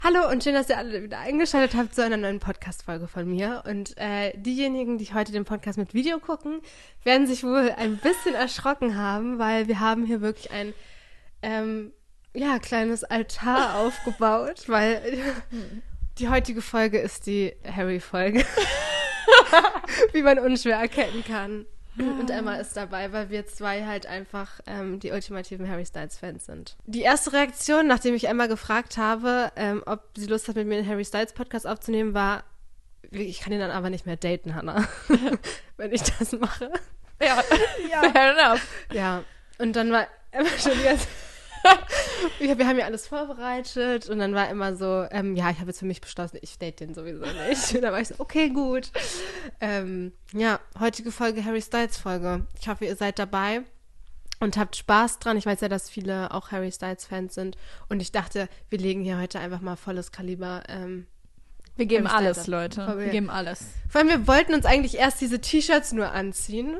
Hallo und schön, dass ihr alle wieder eingeschaltet habt zu einer neuen Podcast-Folge von mir. Und diejenigen, die heute den Podcast mit Video gucken, werden sich wohl ein bisschen erschrocken haben, weil wir haben hier wirklich ein kleines Altar aufgebaut, weil die heutige Folge ist die Harry-Folge, wie man unschwer erkennen kann. Und Emma ist dabei, weil wir zwei halt einfach die ultimativen Harry Styles-Fans sind. Die erste Reaktion, nachdem ich Emma gefragt habe, ob sie Lust hat, mit mir einen Harry Styles-Podcast aufzunehmen, war, ich kann ihn dann aber nicht mehr daten, Hannah, wenn ich das mache. Ja, fair enough. Ja, und dann war Emma schon die ganze wir haben ja alles vorbereitet und dann war immer so, ich habe jetzt für mich beschlossen, ich date den sowieso nicht. Und dann war ich so, okay, gut. Heutige Folge, Harry Styles Folge. Ich hoffe, ihr seid dabei und habt Spaß dran. Ich weiß ja, dass viele auch Harry Styles Fans sind und ich dachte, wir legen hier heute einfach mal volles Kaliber. Wir geben alles, Leute. Wir geben alles. Vor allem, wir wollten uns eigentlich erst diese T-Shirts nur anziehen.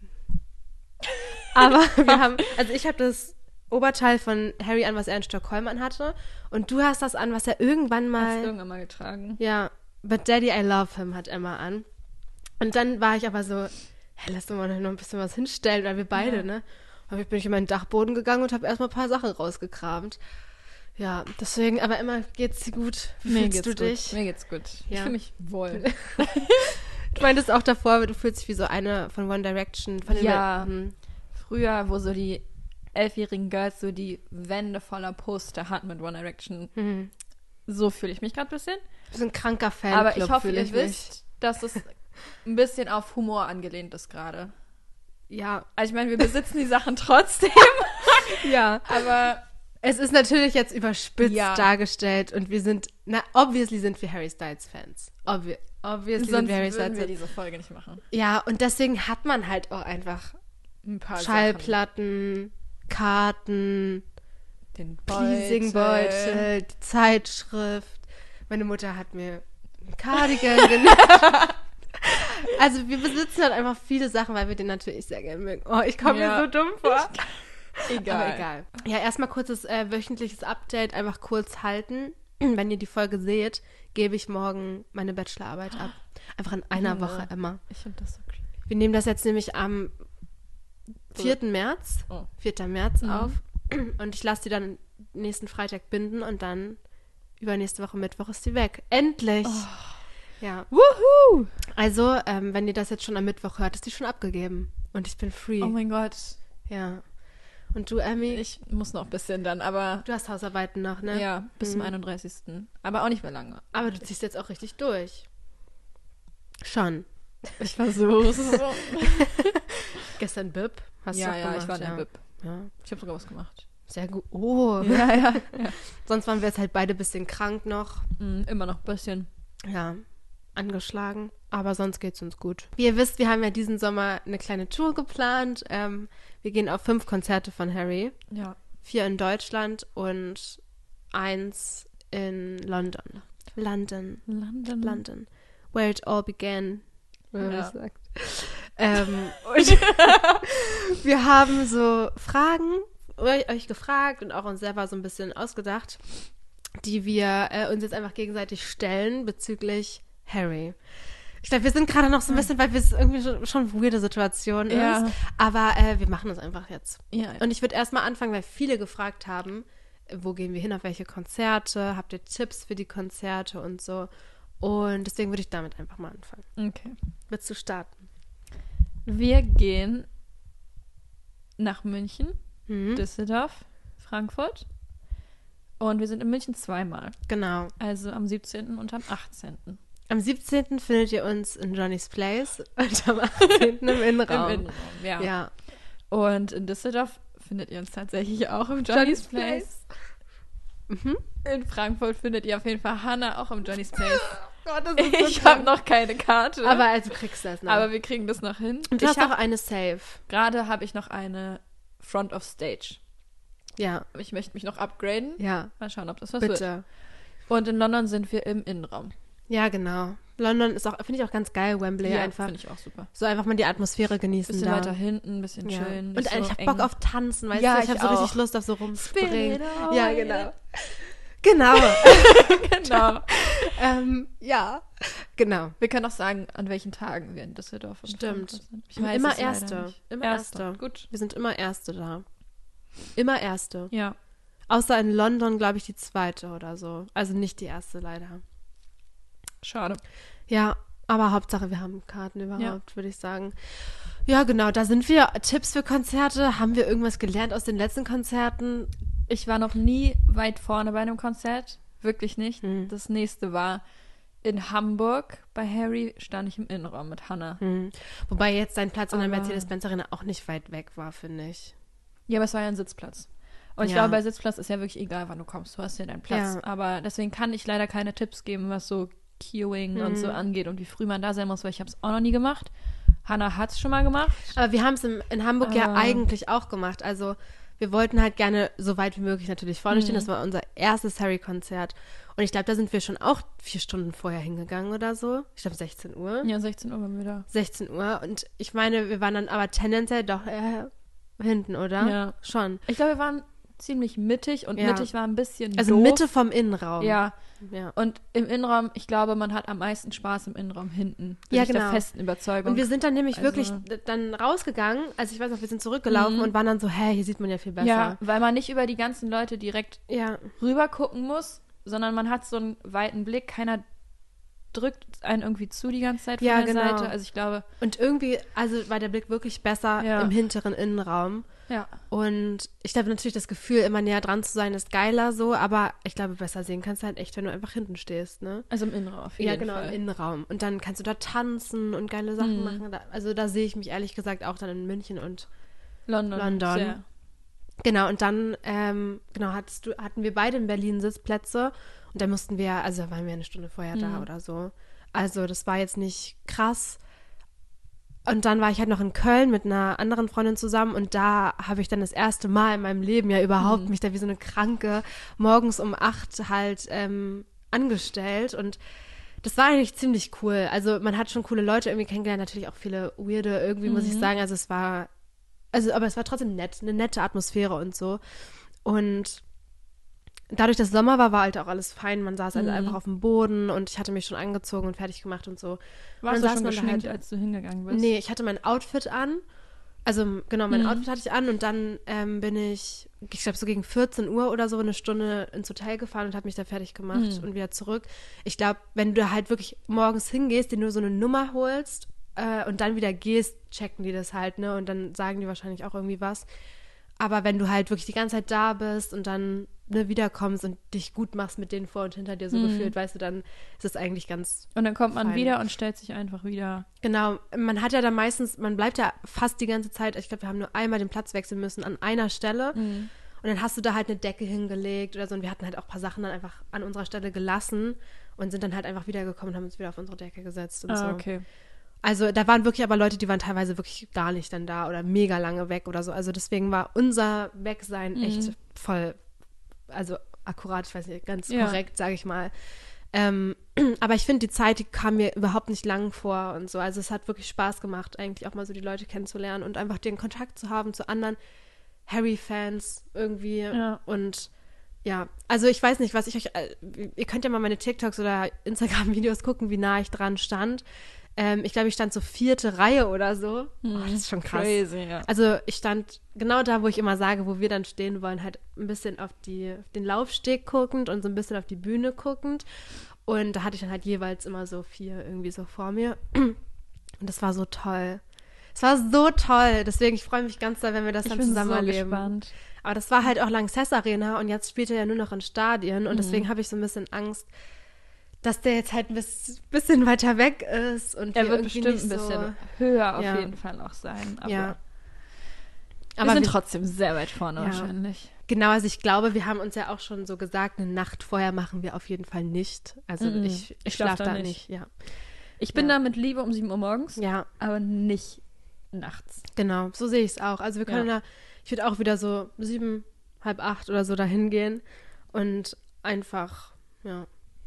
Aber ich habe das Oberteil von Harry an, was er in Stockholm anhatte. Und du hast das an, was er irgendwann mal getragen. Ja, But Daddy, I Love Him hat Emma an. Und dann war ich aber so, lass doch mal noch ein bisschen was hinstellen, weil wir beide, ne? Und ich bin in meinen Dachboden gegangen und habe erstmal ein paar Sachen rausgekramt. Ja, deswegen, aber Emma, geht's dir gut? Wie fühlst du dich? Mir geht's gut. Ja. Ich fühle mich wohl. Du meintest auch davor, du fühlst dich wie so eine von One Direction. Früher, wo so die 11-jährigen Girls so die Wände voller Poster hatten mit One Direction. Mhm. So fühle ich mich gerade ein bisschen. Du bist ein kranker Fan. Aber ich hoffe, ihr wisst, dass es ein bisschen auf Humor angelehnt ist gerade. Ja. Also ich meine, wir besitzen die Sachen trotzdem. Ja. Aber es ist natürlich jetzt überspitzt dargestellt und obviously sind wir Harry Styles Fans. Obviously sind wir Harry Styles Fans. Sonst würden wir diese Folge nicht machen. Ja, und deswegen hat man halt auch einfach ein paar Schallplatten, Karten, den Pleasingbeutel, die Zeitschrift. Meine Mutter hat mir ein Cardigan genäht. Also wir besitzen halt einfach viele Sachen, weil wir den natürlich sehr gerne mögen. Oh, ich komme mir so dumm vor. Egal. Ja, erstmal kurzes wöchentliches Update, einfach kurz halten. Wenn ihr die Folge seht, gebe ich morgen meine Bachelorarbeit ab. Einfach in einer Woche, Emma. Ich finde das so creepy. Wir nehmen das jetzt nämlich am 4. März auf und ich lasse die dann nächsten Freitag binden und dann übernächste Woche Mittwoch ist die weg. Endlich! Oh. Ja. Woohoo! Also, wenn ihr das jetzt schon am Mittwoch hört, ist die schon abgegeben und ich bin free. Oh mein Gott. Ja. Und du, Emmy? Ich muss noch ein bisschen dann, aber... Du hast Hausarbeiten noch, ne? Ja, bis zum 31. Aber auch nicht mehr lange. Aber du ziehst jetzt auch richtig durch. Schon. Ich versuch's. Gestern BIP? Hast du auch gemacht? Ich war in der BIP. Ja. Ich habe sogar was gemacht. Sehr gut. Oh. Ja. Sonst waren wir jetzt halt beide ein bisschen krank noch. Immer noch ein bisschen. Ja, angeschlagen. Aber sonst geht's uns gut. Wie ihr wisst, wir haben ja diesen Sommer eine kleine Tour geplant. Wir gehen auf 5 Konzerte von Harry. Ja. 4 in Deutschland und 1 in London. London. Where it all began. Wie man das sagt. Und wir haben so Fragen euch gefragt und auch uns selber so ein bisschen ausgedacht, die wir uns jetzt einfach gegenseitig stellen bezüglich Harry. Ich glaube, wir sind gerade noch so ein bisschen, weil es irgendwie schon eine weirde Situation ist. Aber wir machen das einfach jetzt. Ja. Und ich würde erstmal anfangen, weil viele gefragt haben, wo gehen wir hin, auf welche Konzerte, habt ihr Tipps für die Konzerte und so. Und deswegen würde ich damit einfach mal anfangen. Okay. Willst du starten? Wir gehen nach München, Düsseldorf, Frankfurt. Und wir sind in München 2-mal. Genau. Also am 17. und am 18. Am 17. findet ihr uns in Johnny's Place und am 18. im Innenraum. Im Innenraum, ja. Und in Düsseldorf findet ihr uns tatsächlich auch im Johnny's Place. In Frankfurt findet ihr auf jeden Fall Hannah auch im Johnny's Place. Gott, das ist Ich habe noch keine Karte. Aber also kriegst du das noch. Aber wir kriegen das noch hin. Und du hast auch eine Safe. Gerade habe ich noch eine Front of Stage. Ja. Ich möchte mich noch upgraden. Ja. Mal schauen, ob das was Bitte. wird. Und in London sind wir im Innenraum. Ja, genau. London ist auch, finde ich auch ganz geil, Wembley einfach. Finde ich auch super. So einfach mal die Atmosphäre genießen Bisschen da. weiter hinten, ein bisschen chillen. Und so ich habe Bock auf Tanzen, weißt ja, du? Ich habe so auch. richtig Lust auf so rumspringen. Ja, genau. Genau. Genau. Ja, genau. Wir können auch sagen, an welchen Tagen wir in Düsseldorf und Stimmt. Frankfurt sind. Ich weiß Immer es leider Erste. nicht. Immer Erste. Gut. Wir sind immer Erste da. Immer Erste. Ja. Außer in London, glaube ich, die zweite oder so. Also nicht die erste, leider. Schade. Ja, aber Hauptsache, wir haben Karten überhaupt, würde ich sagen. Ja, genau, da sind wir. Tipps für Konzerte. Haben wir irgendwas gelernt aus den letzten Konzerten? Ich war noch nie weit vorne bei einem Konzert. Wirklich nicht. Das nächste war in Hamburg. Bei Harry stand ich im Innenraum mit Hannah. Wobei jetzt dein Platz in der Aber- Mercedes-Benz Arena auch nicht weit weg war, finde ich. Ja, aber es war ja ein Sitzplatz. Und ich Ja. glaube, bei Sitzplatz ist ja wirklich egal, wann du kommst. Du hast ja deinen Platz. Ja. Aber deswegen kann ich leider keine Tipps geben, was so Queuing und so angeht und wie früh man da sein muss, weil ich habe es auch noch nie gemacht. Hannah hat es schon mal gemacht. Aber wir haben es in Hamburg ja Aber- eigentlich auch gemacht. Also wir wollten halt gerne so weit wie möglich natürlich vorne stehen. Das war unser erstes Harry-Konzert. Und ich glaube, da sind wir schon auch 4 Stunden vorher hingegangen oder so. Ich glaube 16 Uhr. Ja, 16 Uhr waren wir da. 16 Uhr. Und ich meine, wir waren dann aber tendenziell doch hinten, oder? Ja. Schon. Ich glaube, wir waren ziemlich mittig und Ja. mittig war ein bisschen Also doof. Mitte vom Innenraum. Ja. Ja. Und im Innenraum, ich glaube, man hat am meisten Spaß im Innenraum hinten. Bin Ja, ich der genau. festen Überzeugung. Und wir sind dann nämlich Also- wirklich dann rausgegangen. Also ich weiß noch, wir sind zurückgelaufen und waren dann so, hier sieht man ja viel besser. ja, weil man nicht über die ganzen Leute direkt Ja. rüber gucken muss, sondern man hat so einen weiten Blick. Keiner drückt einen irgendwie zu die ganze Zeit von Ja, der genau. Seite. Also ich glaube, Und irgendwie, also war der Blick wirklich besser Ja. im hinteren Innenraum. ja. Und ich glaube natürlich, das Gefühl, immer näher dran zu sein, ist geiler so, aber ich glaube, besser sehen kannst du halt echt, wenn du einfach hinten stehst, ne? Also im Innenraum auf jeden Ja, genau, Fall. im Innenraum. Und dann kannst du da tanzen und geile Sachen machen. Also da sehe ich mich ehrlich gesagt auch dann in München und London. Sehr. genau, und dann hatten wir beide in Berlin Sitzplätze und da mussten wir, also da waren wir eine Stunde vorher da oder so. Also das war jetzt nicht krass. Und dann war ich halt noch in Köln mit einer anderen Freundin zusammen und da habe ich dann das erste Mal in meinem Leben ja überhaupt mich da wie so eine Kranke morgens um 8 halt angestellt und das war eigentlich ziemlich cool. Also man hat schon coole Leute irgendwie kennengelernt, natürlich auch viele weirde irgendwie, muss ich sagen. Aber es war trotzdem nett, eine nette Atmosphäre und so. Und dadurch, dass Sommer war halt auch alles fein. Man saß halt einfach auf dem Boden und ich hatte mich schon angezogen und fertig gemacht und so. Warst Und du dann schon saß man da geschminkt, halt- als du hingegangen bist? Nee, ich hatte mein Outfit an. Also genau, mein Outfit hatte ich an und dann bin ich glaube so gegen 14 Uhr oder so eine Stunde ins Hotel gefahren und habe mich da fertig gemacht und wieder zurück. Ich glaube, wenn du halt wirklich morgens hingehst, dir nur so eine Nummer holst und dann wieder gehst, checken die das halt, ne? Und dann sagen die wahrscheinlich auch irgendwie was. Aber wenn du halt wirklich die ganze Zeit da bist und dann wiederkommst und dich gut machst mit denen vor und hinter dir so gefühlt, weißt du, dann ist es eigentlich ganz Und dann kommt man fein. wieder und stellt sich einfach wieder. Genau, man hat ja dann meistens, man bleibt ja fast die ganze Zeit, ich glaube, wir haben nur einmal den Platz wechseln müssen an einer Stelle und dann hast du da halt eine Decke hingelegt oder so und wir hatten halt auch ein paar Sachen dann einfach an unserer Stelle gelassen und sind dann halt einfach wiedergekommen und haben uns wieder auf unsere Decke gesetzt und so. Okay. Also da waren wirklich aber Leute, die waren teilweise wirklich gar nicht dann da oder mega lange weg oder so. Also deswegen war unser Wegsein echt voll, also akkurat, ich weiß nicht, ganz korrekt, sage ich mal. Aber ich finde, die Zeit, die kam mir überhaupt nicht lang vor und so. Also es hat wirklich Spaß gemacht, eigentlich auch mal so die Leute kennenzulernen und einfach den Kontakt zu haben zu anderen Harry-Fans irgendwie. Ja. Und ja, also ich weiß nicht, was ich euch, ihr könnt ja mal meine TikToks oder Instagram-Videos gucken, wie nah ich dran stand. Ich glaube, ich stand so 4. Reihe oder so. Oh, das ist schon krass. Crazy, ja. Also ich stand genau da, wo ich immer sage, wo wir dann stehen wollen, halt ein bisschen auf den Laufsteg guckend und so ein bisschen auf die Bühne guckend. Und da hatte ich dann halt jeweils immer so 4 irgendwie so vor mir. Und das war so toll. Es war so toll. Deswegen, ich freue mich ganz doll, wenn wir das Ich dann bin zusammen so erleben. gespannt. Aber das war halt auch Lanxess Arena und jetzt spielt er ja nur noch in Stadien. Und deswegen habe ich so ein bisschen Angst, dass der jetzt halt ein bisschen weiter weg ist. Und Er wir wird irgendwie bestimmt nicht ein bisschen so, höher auf Ja. jeden Fall auch sein. Aber ja. wir sind trotzdem sehr weit vorne Ja. wahrscheinlich. Genau, also ich glaube, wir haben uns ja auch schon so gesagt, eine Nacht vorher machen wir auf jeden Fall nicht. Also ich Ich schlafe schlaf da da nicht. nicht. Ja. Ich bin Ja. da mit Liebe um 7 Uhr morgens, Ja, aber nicht nachts. genau, so sehe ich es auch. Also wir können Ja. da, ich würde auch wieder so 7, halb 8 oder so dahin gehen und einfach, ja.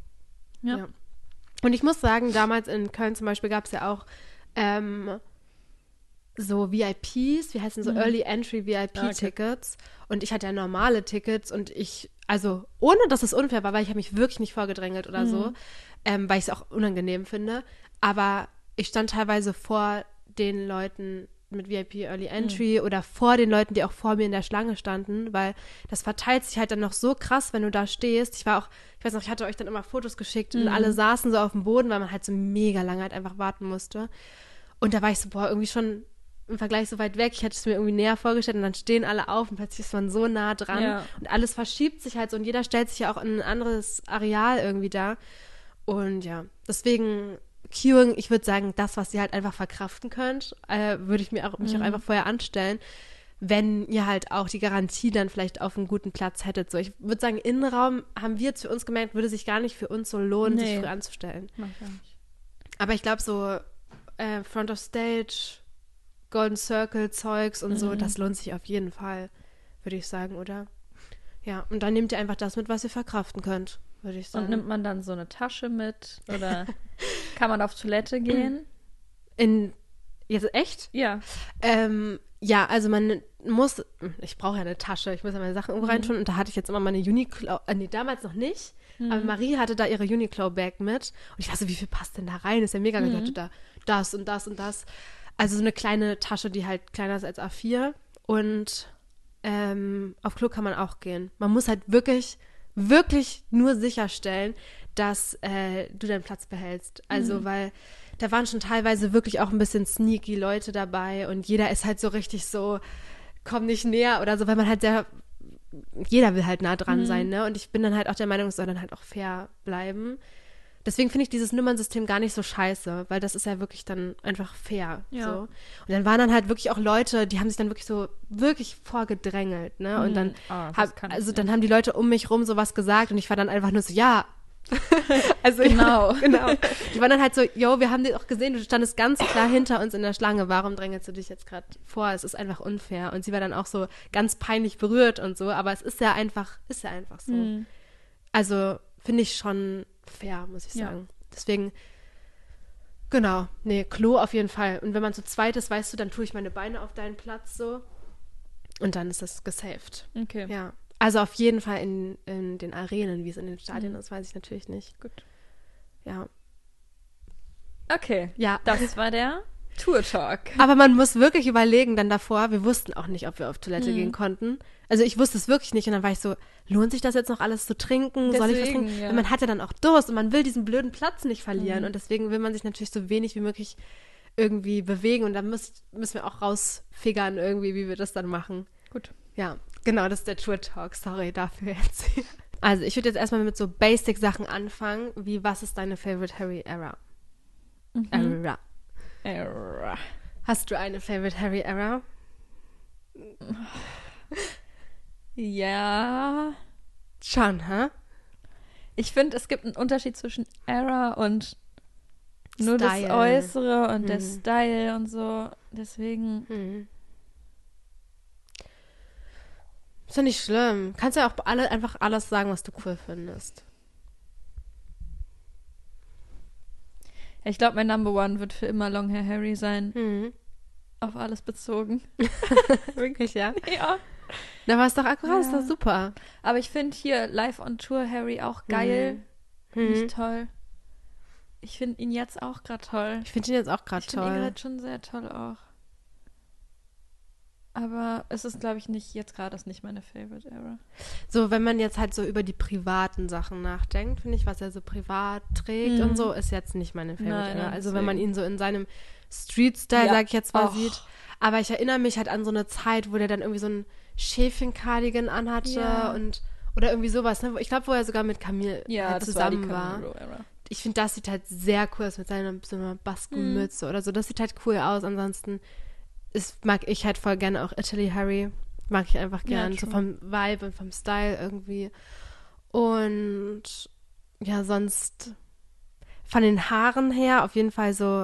Ja. Und ich muss sagen, damals in Köln zum Beispiel gab es ja auch so VIPs, wie heißen so Early Entry VIP-Tickets. Und ich hatte ja normale Tickets und also ohne, dass es unfair war, weil ich habe mich wirklich nicht vorgedrängelt oder so, weil ich es auch unangenehm finde. Aber ich stand teilweise vor den Leuten mit VIP Early Entry oder vor den Leuten, die auch vor mir in der Schlange standen, weil das verteilt sich halt dann noch so krass, wenn du da stehst. Ich weiß noch, ich hatte euch dann immer Fotos geschickt und alle saßen so auf dem Boden, weil man halt so mega lange halt einfach warten musste. Und da war ich so, irgendwie schon im Vergleich so weit weg. Ich hätte es mir irgendwie näher vorgestellt und dann stehen alle auf und plötzlich ist man so nah dran und alles verschiebt sich halt so und jeder stellt sich ja auch in ein anderes Areal irgendwie da. Und ja, deswegen Queuing, ich würde sagen, das, was ihr halt einfach verkraften könnt, würde ich mich auch einfach vorher anstellen, wenn ihr halt auch die Garantie dann vielleicht auf einen guten Platz hättet. So, ich würde sagen, Innenraum haben wir jetzt für uns gemerkt, würde sich gar nicht für uns so lohnen, sich früh anzustellen. Macht gar nicht. Aber ich glaube, so Front of Stage, Golden Circle Zeugs und so, das lohnt sich auf jeden Fall, würde ich sagen, oder? Ja, und dann nehmt ihr einfach das mit, was ihr verkraften könnt, würde ich sagen. Und nimmt man dann so eine Tasche mit oder kann man auf Toilette gehen? Jetzt echt? Ja. Ja, also man muss, ich brauche ja eine Tasche, ich muss ja meine Sachen irgendwo reintun und da hatte ich jetzt immer meine Uniqlo, damals noch nicht, aber Marie hatte da ihre Uniqlo-Bag mit und ich war so, wie viel passt denn da rein? Ist ja mega, ich hatte da das und das und das. Also so eine kleine Tasche, die halt kleiner ist als A4 und auf Klo kann man auch gehen. Man muss halt wirklich, wirklich nur sicherstellen, dass du deinen Platz behältst. Also, weil da waren schon teilweise wirklich auch ein bisschen sneaky Leute dabei und jeder ist halt so richtig so, komm nicht näher oder so, weil man halt jeder will halt nah dran sein, ne? Und ich bin dann halt auch der Meinung, es soll dann halt auch fair bleiben. Deswegen finde ich dieses Nummernsystem gar nicht so scheiße, weil das ist ja wirklich dann einfach fair. Ja. So. Und dann waren dann halt wirklich auch Leute, die haben sich dann wirklich so wirklich vorgedrängelt, ne? Und dann dann haben die Leute um mich rum sowas gesagt und ich war dann einfach nur so, ja. Also genau. Die waren dann halt so, yo, wir haben dich auch gesehen, du standest ganz klar hinter uns in der Schlange, warum drängelst du dich jetzt gerade vor? Es ist einfach unfair. Und sie war dann auch so ganz peinlich berührt und so, aber es ist ja einfach so. Also finde ich schon fair, muss ich sagen. Deswegen, genau, nee, Klo auf jeden Fall. Und wenn man zu zweit ist, weißt du, dann tue ich meine Beine auf deinen Platz so und dann ist das gesaved. Okay. Ja. Also auf jeden Fall in den Arenen, wie es in den Stadien ist, weiß ich natürlich nicht. Gut. Ja. Okay. Ja. Das war der Tour-Talk. Aber man muss wirklich überlegen dann davor, wir wussten auch nicht, ob wir auf Toilette gehen konnten. Also ich wusste es wirklich nicht und dann war ich so, lohnt sich das jetzt noch alles zu trinken? Deswegen, soll ich was trinken? Ja. Und man hat ja dann auch Durst und man will diesen blöden Platz nicht verlieren und deswegen will man sich natürlich so wenig wie möglich irgendwie bewegen und dann müssen wir auch rausfigern irgendwie, wie wir das dann machen. Gut. Ja, genau, das ist der Tour-Talk. Sorry dafür jetzt. Also ich würde jetzt erstmal mit so Basic-Sachen anfangen, wie was ist deine Favorite Harry-Era? Era. Hast du eine Favorite Harry-Era? Ja. Schon, hä? Ich finde, es gibt einen Unterschied zwischen Era und nur Style. das Äußere und der Style und so. Deswegen. Ist ja nicht schlimm. Kannst ja auch einfach alles sagen, was du cool findest. Ich glaube, mein Number One wird für immer Longhair Harry sein. Auf alles bezogen. Wirklich, ja? Ja. Da war es doch akkurat, ist doch super. Aber ich finde hier Live on Tour Harry auch geil. Finde ich toll. Ich finde ihn jetzt auch gerade toll. Ich finde ihn jetzt auch gerade toll. Ich finde ihn gerade schon sehr toll auch. Aber es ist, glaube ich, jetzt gerade ist nicht meine Favorite Era. So, wenn man jetzt halt so über die privaten Sachen nachdenkt, finde ich, was er so privat trägt und so, ist jetzt nicht meine Favorite Era. Also wenn man ihn so in seinem Street-Style, sag ich jetzt mal, sieht. Aber ich erinnere mich halt an so eine Zeit, wo der dann irgendwie so ein Schäfchen-Cardigan anhatte oder irgendwie sowas. Ne? Ich glaube, wo er sogar mit Camille halt zusammen war. Ich finde, das sieht halt sehr cool aus mit so einer Baskenmütze oder so. Das sieht halt cool aus. Ansonsten mag ich halt voll gerne auch Italy Harry. Mag ich einfach gern. So vom Vibe und vom Style irgendwie. Und ja, sonst von den Haaren her auf jeden Fall so,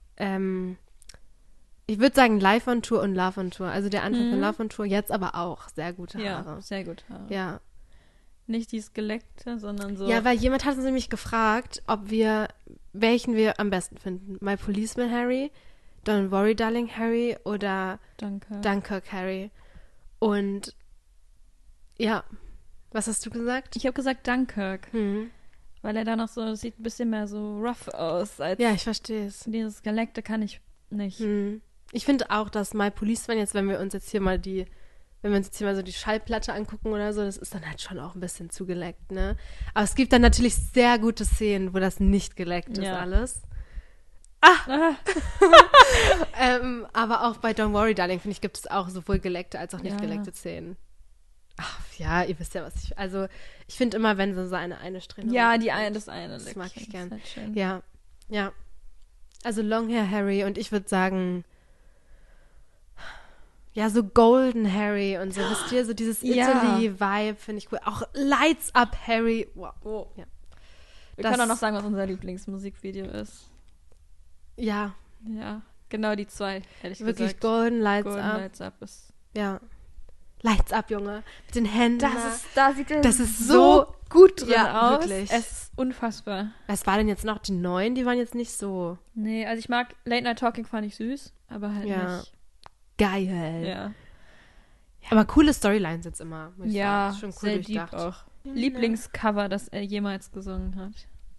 ich würde sagen Live on Tour und Love on Tour. Also der Anfang von Love on Tour, jetzt aber auch sehr gute Haare. Ja, sehr gute Haare. Ja. Nicht dieses Geleckte, sondern so. Ja, weil jemand hat uns nämlich gefragt, welchen wir am besten finden. My Policeman Harry, Don't Worry Darling Harry oder Danke. Dunkirk Harry. Und ja, was hast du gesagt? Ich habe gesagt Dunkirk, weil er da noch so, sieht ein bisschen mehr so rough aus. Als ja, ich verstehe es. Dieses Geleckte kann ich nicht. Ich finde auch, dass My Policeman jetzt, wenn wir uns jetzt hier mal so die Schallplatte angucken oder so, das ist dann halt schon auch ein bisschen zu geleckt, ne? Aber es gibt dann natürlich sehr gute Szenen, wo das nicht geleckt ist alles. Aber auch bei Don't Worry Darling, finde ich, gibt es auch sowohl geleckte als auch nicht geleckte Szenen. Ach ja, ihr wisst ja, was ich... Also, ich finde immer, wenn so eine Strähne... Ja, das eine. Das mag ich gern. Halt schön. Ja. Also Longhair Harry und ich würde sagen... Ja, so Golden Harry und so, wisst ihr, so dieses Italy-Vibe finde ich cool. Auch Lights Up Harry. Wow. Oh. Ja. Wir können auch noch sagen, was unser Lieblingsmusikvideo ist. Ja. Ja, genau die zwei, hätte ich wirklich gesagt. Golden Lights Golden Up. Lights Up ist... Ja. Lights Up, Junge. Mit den Händen. Das ist so gut drin aus. Wirklich. Es ist unfassbar. Was war denn jetzt noch? Die neuen, die waren jetzt nicht so... Nee, also ich mag Late Night Talking, fand ich süß, aber halt nicht... Geil. Ja. Aber coole Storylines jetzt immer. Muss ich sagen. Ist schon cool sehr durchdacht. deep auch. Lieblingscover, das er jemals gesungen hat.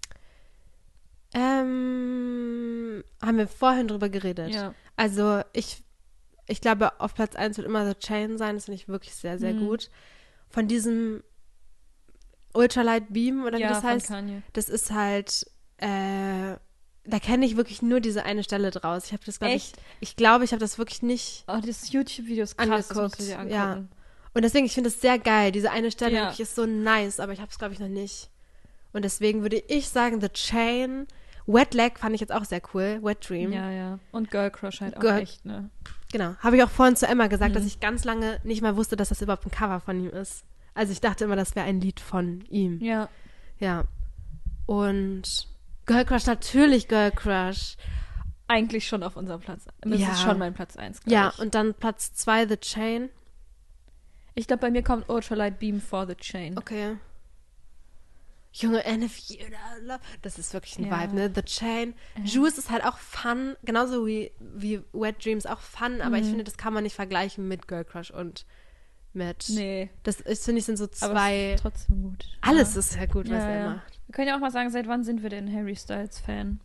Haben wir vorhin drüber geredet. Ja. Also ich glaube, auf Platz 1 wird immer The Chain sein. Das finde ich wirklich sehr, sehr gut. Von diesem Ultralight Beam oder wie das heißt. Kanye. Das ist halt da kenne ich wirklich nur diese eine Stelle draus. Ich habe das, glaube ich habe das wirklich nicht das YouTube-Video ist krass, das musst du dir angucken. Ja. Und deswegen, ich finde das sehr geil. Diese eine Stelle wirklich ist so nice, aber ich habe es, glaube ich, noch nicht. Und deswegen würde ich sagen, The Chain. Wet Leg fand ich jetzt auch sehr cool. Wet Dream. Ja. Und Girl Crush halt auch echt, ne? Genau. Habe ich auch vorhin zu Emma gesagt, dass ich ganz lange nicht mal wusste, dass das überhaupt ein Cover von ihm ist. Also ich dachte immer, das wäre ein Lied von ihm. Ja. Ja. Und Girl Crush, natürlich Girl Crush. Eigentlich schon auf unserem Platz. Das ist schon mein Platz 1, glaube ich. Ja, und dann Platz 2, The Chain. Ich glaube, bei mir kommt Ultralight Beam vor The Chain. Okay. Junge, and if you don't love... Das ist wirklich ein Vibe, ne? The Chain. Juice ist halt auch fun, genauso wie Wet Dreams auch fun, aber ich finde, das kann man nicht vergleichen mit Girl Crush und mit... Nee. Das ist, finde ich, sind so zwei... Aber es ist trotzdem gut. Alles ist ja gut, was er macht. Wir können ja auch mal sagen, seit wann sind wir denn Harry Styles Fan?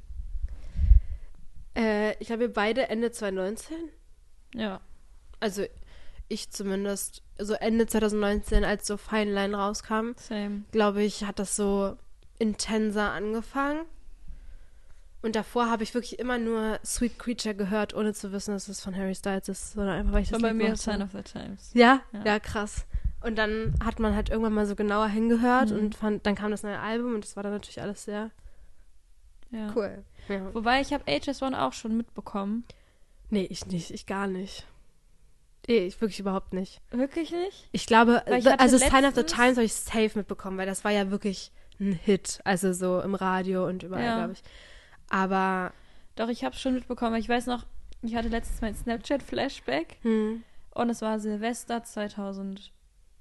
Ich glaube, wir beide Ende 2019. Ja. Also ich zumindest, so Ende 2019, als so Fine Line rauskam, glaube ich, hat das so intenser angefangen. Und davor habe ich wirklich immer nur Sweet Creature gehört, ohne zu wissen, dass es von Harry Styles ist, sondern einfach, weil ich das bei mir Sign of the Times. Ja, krass. Und dann hat man halt irgendwann mal so genauer hingehört und dann kam das neue Album und das war dann natürlich alles sehr cool. Ja. Wobei, ich habe HS1 auch schon mitbekommen. Nee, ich nicht. Ich gar nicht. Nee, ich wirklich überhaupt nicht. Wirklich nicht? Ich glaube, also Sign of the Times habe ich safe mitbekommen, weil das war ja wirklich ein Hit. Also so im Radio und überall, glaube ich. Aber... Doch, ich habe es schon mitbekommen. Ich weiß noch, ich hatte letztens mein Snapchat-Flashback und es war Silvester 2018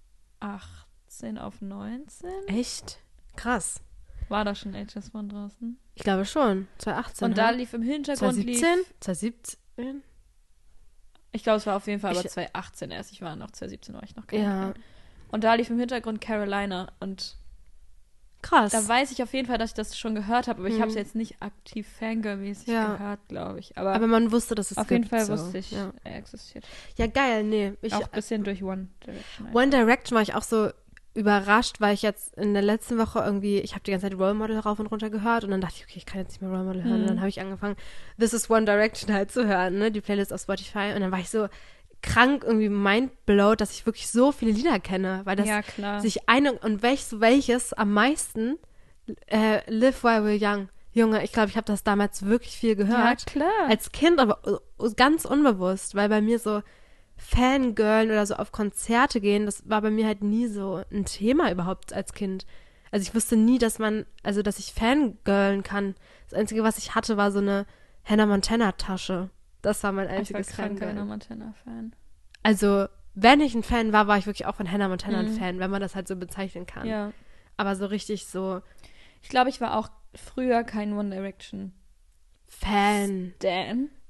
auf 19. Echt? Krass. War da schon HS1 draußen? Ich glaube schon, 2018. Und da lief im Hintergrund 2017? Ich glaube, es war auf jeden Fall aber 2018 erst. 2017 war ich noch kein Fan. Und da lief im Hintergrund Carolina und krass. Da weiß ich auf jeden Fall, dass ich das schon gehört habe, aber ich habe es jetzt nicht aktiv Fangirl-mäßig gehört, glaube ich. Aber man wusste, dass es auf gibt. Auf jeden Fall wusste ich, er existiert. Ja, geil, nee. Auch ein bisschen durch One Direction. One Direction war ich auch so überrascht, weil ich jetzt in der letzten Woche irgendwie, ich habe die ganze Zeit Role Model rauf und runter gehört und dann dachte ich, okay, ich kann jetzt nicht mehr Role Model hören. Und dann habe ich angefangen, This is One Direction halt zu hören, ne, die Playlist auf Spotify. Und dann war ich so krank irgendwie mindblowed, dass ich wirklich so viele Lieder kenne, weil das sich und welches am meisten Live While We're Young. Junge, ich glaube, ich habe das damals wirklich viel gehört. Ja, klar. Als Kind, aber ganz unbewusst, weil bei mir so Fangirlen oder so auf Konzerte gehen, das war bei mir halt nie so ein Thema überhaupt als Kind. Also ich wusste nie, dass ich Fangirlen kann. Das Einzige, was ich hatte, war so eine Hannah Montana-Tasche. Das war mein einziges Fangirl. Ich war Hannah Montana-Fan. Also, wenn ich ein Fan war, war ich wirklich auch von Hannah Montana ein Fan, wenn man das halt so bezeichnen kann. Ja. Aber so richtig so... Ich glaube, ich war auch früher kein One Direction Fan. Stan.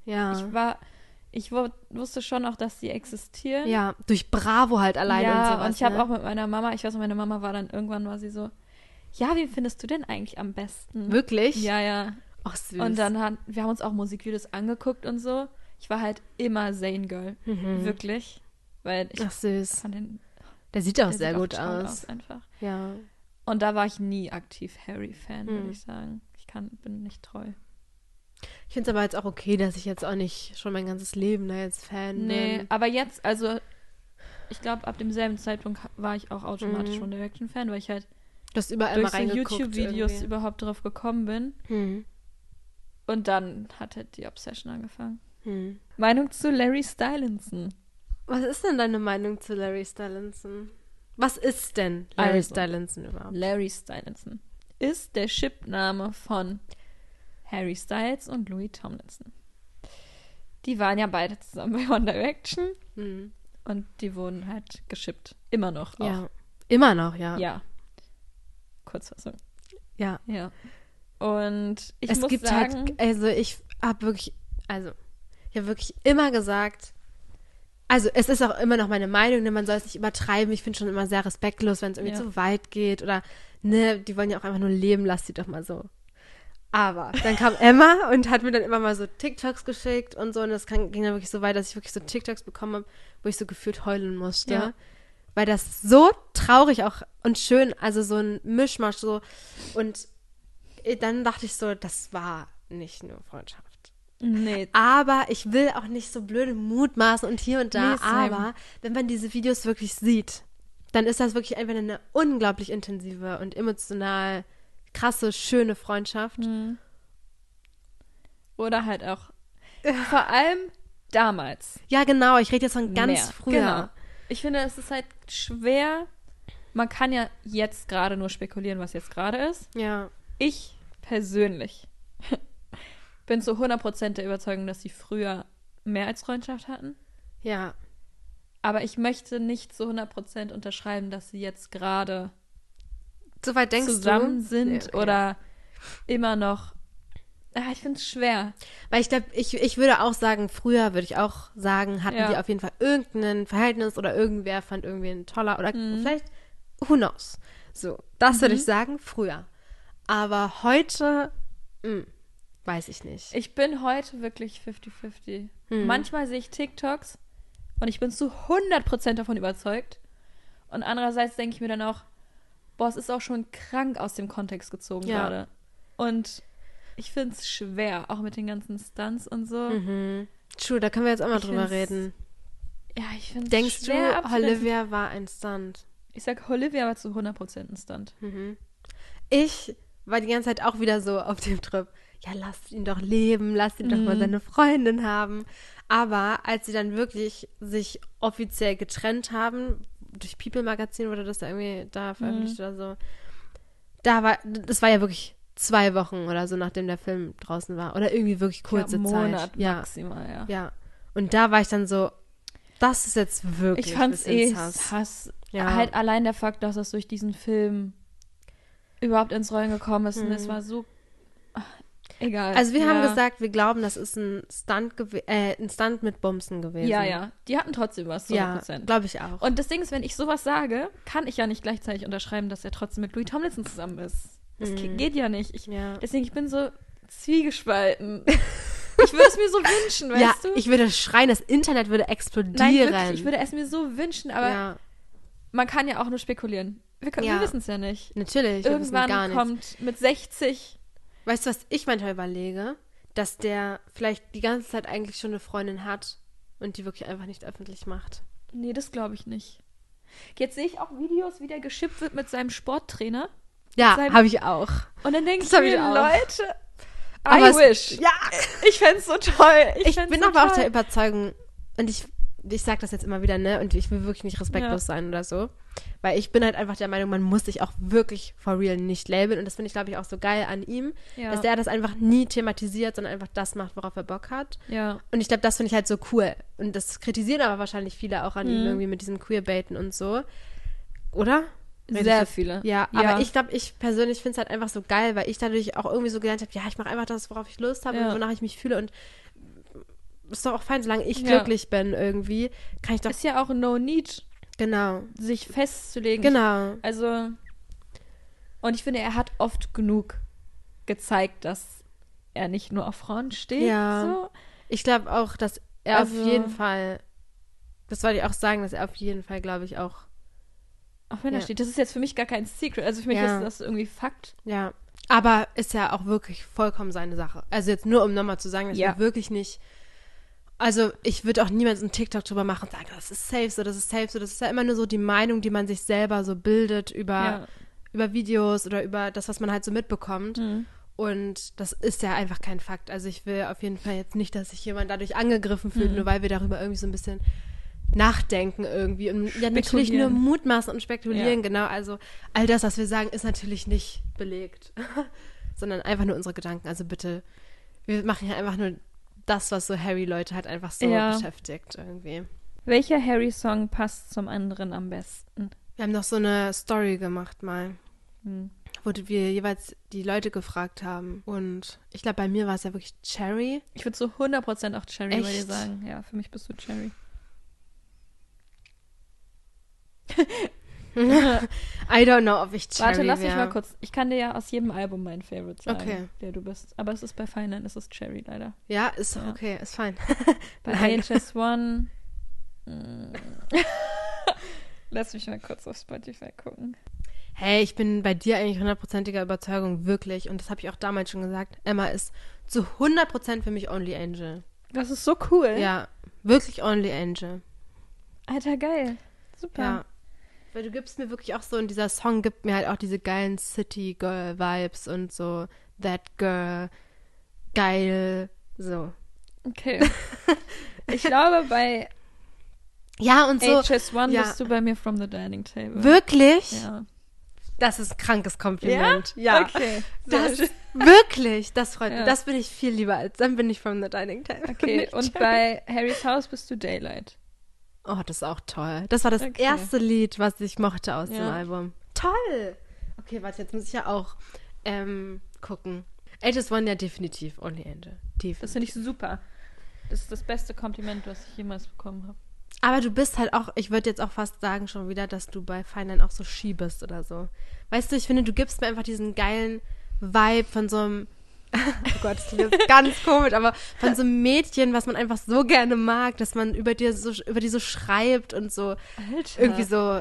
Ja. Ich wusste schon auch, dass die existieren. Ja, durch Bravo halt alleine und sowas. Und ich habe auch mit meiner Mama, ich weiß noch, meine Mama war dann irgendwann, war sie so, ja, wen findest du denn eigentlich am besten? Wirklich? Ja. Ach, süß. Und dann wir haben uns auch Musikvideos angeguckt und so. Ich war halt immer Zayn Girl. Wirklich. Weil ich süß. fand den, der sieht auch sehr gut aus. Einfach. Ja. Und da war ich nie aktiv Harry-Fan, würde ich sagen. Bin nicht treu. Ich finde es aber jetzt auch okay, dass ich jetzt auch nicht schon mein ganzes Leben da jetzt Fan bin. Nee, aber jetzt, also ich glaube, ab demselben Zeitpunkt war ich auch automatisch One Direction-Fan, weil ich halt du hast überall mal reingeguckt durch so YouTube-Videos irgendwie. überhaupt drauf gekommen bin. Und dann hat halt die Obsession angefangen. Meinung zu Larry Stylinson. Was ist denn deine Meinung zu Larry Stylinson? Was ist denn Larry Stylinson überhaupt? Larry Stylinson ist der Chipname von Harry Styles und Louis Tomlinson. Die waren ja beide zusammen bei One Direction und die wurden halt geschippt. Immer noch. Auch. Ja, immer noch, ja. Ja. Kurzfassung. Ja. Und ich es muss gibt sagen... halt, ich habe wirklich immer gesagt, also es ist auch immer noch meine Meinung, ne, man soll es nicht übertreiben. Ich finde schon immer sehr respektlos, wenn es irgendwie zu weit geht oder, ne, die wollen ja auch einfach nur leben, lass die doch mal so. Aber dann kam Emma und hat mir dann immer mal so TikToks geschickt und so und das ging dann wirklich so weit, dass ich wirklich so TikToks bekommen habe, wo ich so gefühlt heulen musste. Ja. Weil das so traurig auch und schön, also so ein Mischmasch so. Und dann dachte ich so, das war nicht nur Freundschaft. Nee. Aber ich will auch nicht so blöde mutmaßen und hier und da, Nee, same. aber wenn man diese Videos wirklich sieht, dann ist das wirklich einfach eine unglaublich intensive und emotional krasse, schöne Freundschaft. Oder halt auch vor allem damals. Ja, genau. Ich rede jetzt von ganz früher. Genau. Ich finde, es ist halt schwer. Man kann ja jetzt gerade nur spekulieren, was jetzt gerade ist. Ja. Ich persönlich bin zu 100% der Überzeugung, dass sie früher mehr als Freundschaft hatten. Ja. Aber ich möchte nicht zu 100% unterschreiben, dass sie jetzt gerade so weit denkst zusammen du? sind Nee, okay. oder immer noch. Ich finde es schwer. Weil ich glaube, ich würde auch sagen, früher würde ich auch sagen, hatten die auf jeden Fall irgendein Verhältnis oder irgendwer fand irgendwie ein toller oder vielleicht, who knows. So, das würde ich sagen, früher. Aber heute, weiß ich nicht. Ich bin heute wirklich 50-50. Manchmal sehe ich TikToks und ich bin zu 100% davon überzeugt. Und andererseits denke ich mir dann auch, boah, es ist auch schon krank aus dem Kontext gezogen gerade. Und ich finde es schwer, auch mit den ganzen Stunts und so. True, da können wir jetzt auch mal drüber reden. Ja, ich finde es Denkst schwer du, Olivia war ein Stunt? Ich sag, Olivia war zu 100% ein Stunt. Ich war die ganze Zeit auch wieder so auf dem Trip. Ja, lasst ihn doch leben, lasst ihn doch mal seine Freundin haben. Aber als sie dann wirklich sich offiziell getrennt haben, durch People Magazin wurde das da irgendwie da veröffentlicht oder so, das war ja wirklich 2 Wochen oder so, nachdem der Film draußen war. Oder irgendwie wirklich kurze Zeit. Monat maximal, Ja. Und da war ich dann so, das ist jetzt wirklich ich fand's Hass. Ja. Halt allein der Fakt, dass das durch diesen Film überhaupt ins Rollen gekommen ist. Und es war so egal. Also wir haben gesagt, wir glauben, das ist ein Stunt mit Bumsen gewesen. Ja. Die hatten trotzdem was, 100%. Ja, glaube ich auch. Und das Ding ist, wenn ich sowas sage, kann ich ja nicht gleichzeitig unterschreiben, dass er trotzdem mit Louis Tomlinson zusammen ist. Das geht ja nicht. Deswegen, ich bin so zwiegespalten. Ich würde es mir so wünschen, weißt du? Ich würde schreien, das Internet würde explodieren. Nein, wirklich, ich würde es mir so wünschen, aber man kann ja auch nur spekulieren. Wir wissen es ja nicht. Natürlich, irgendwann kommt mit 60... Weißt du, was ich manchmal überlege? Dass der vielleicht die ganze Zeit eigentlich schon eine Freundin hat und die wirklich einfach nicht öffentlich macht. Nee, das glaube ich nicht. Jetzt sehe ich auch Videos, wie der geschippt wird mit seinem Sporttrainer. Ja, habe ich auch. Und dann denke ich mir, Leute, aber I wish. Ja, ich fände es so toll. Ich bin aber auch der Überzeugung, und ich sage das jetzt immer wieder, ne, und ich will wirklich nicht respektlos sein oder so, weil ich bin halt einfach der Meinung, man muss sich auch wirklich for real nicht labeln und das finde ich, glaube ich, auch so geil an ihm, dass der das einfach nie thematisiert, sondern einfach das macht, worauf er Bock hat. Ja. Und ich glaube, das finde ich halt so cool. Und das kritisieren aber wahrscheinlich viele auch an ihm irgendwie mit diesem Queerbaiten und so. Oder? Sehr viele. Ja, aber ich glaube, ich persönlich finde es halt einfach so geil, weil ich dadurch auch irgendwie so gelernt habe, ja, ich mache einfach das, worauf ich Lust habe und wonach ich mich fühle und ist doch auch fein, solange ich glücklich bin irgendwie, kann ich doch... Ist ja auch no need, genau, sich festzulegen. Genau. Also, und ich finde, er hat oft genug gezeigt, dass er nicht nur auf Frauen steht. Ja. So. Ich glaube auch, dass er auf jeden Fall, das wollte ich auch sagen, dass er auf jeden Fall, glaube ich, auch wenn er steht. Das ist jetzt für mich gar kein Secret. Also für mich ist das irgendwie Fakt. Ja. Aber ist ja auch wirklich vollkommen seine Sache. Also jetzt nur, um nochmal zu sagen, dass wir wirklich nicht, also ich würde auch niemals einen TikTok drüber machen und sagen, das ist safe so, das ist safe so. Das ist ja immer nur so die Meinung, die man sich selber so bildet über Videos oder über das, was man halt so mitbekommt. Mhm. Und das ist ja einfach kein Fakt. Also ich will auf jeden Fall jetzt nicht, dass sich jemand dadurch angegriffen fühlt, nur weil wir darüber irgendwie so ein bisschen nachdenken irgendwie. Und ja, natürlich nur mutmaßen und spekulieren, genau. Also all das, was wir sagen, ist natürlich nicht belegt, sondern einfach nur unsere Gedanken. Also bitte, wir machen ja einfach nur das, was so Harry-Leute halt einfach so beschäftigt irgendwie. Welcher Harry-Song passt zum anderen am besten? Wir haben doch so eine Story gemacht mal, wo wir jeweils die Leute gefragt haben. Und ich glaube, bei mir war es ja wirklich Cherry. Ich würde so 100% auch Cherry bei dir sagen. Ja, für mich bist du Cherry. I don't know, ob ich Cherry Warte, lass mich wär. mal kurz. Ich kann dir ja aus jedem Album meinen Favorite sagen, der du bist. Aber es ist bei Fine, es ist Cherry leider. Ja, ist okay, ist fein. Bei HS1 lass mich mal kurz auf Spotify gucken. Hey, ich bin bei dir eigentlich 100%iger Überzeugung, wirklich. Und das habe ich auch damals schon gesagt. Emma ist zu 100% für mich Only Angel. Das ist so cool. Ja, wirklich Only Angel. Alter, geil. Super. Ja. Weil du gibst mir wirklich auch so, und dieser Song gibt mir halt auch diese geilen City-Girl-Vibes und so That Girl, geil, so. Okay. Ich glaube, bei und so, HS1 bist du bei mir From the Dining Table. Wirklich? Ja. Das ist ein krankes Kompliment. Ja? Okay. Wirklich, das freut mich. Das bin ich viel lieber als, dann bin ich From the Dining Table. Okay, und bei Harrys House bist du Daylight. Oh, das ist auch toll. Das war das erste Lied, was ich mochte aus dem Album. Toll! Okay, warte, jetzt muss ich ja auch gucken. HS1 ja definitiv Only Angel. Definitiv. Das finde ich super. Das ist das beste Kompliment, was ich jemals bekommen habe. Aber du bist halt auch, ich würde jetzt auch fast sagen schon wieder, dass du bei Fine auch so Ski bist oder so. Weißt du, ich finde, du gibst mir einfach diesen geilen Vibe von so einem, oh Gott, das klingt jetzt ganz komisch, aber von so einem Mädchen, was man einfach so gerne mag, dass man über die so schreibt und so. Alter. Irgendwie so.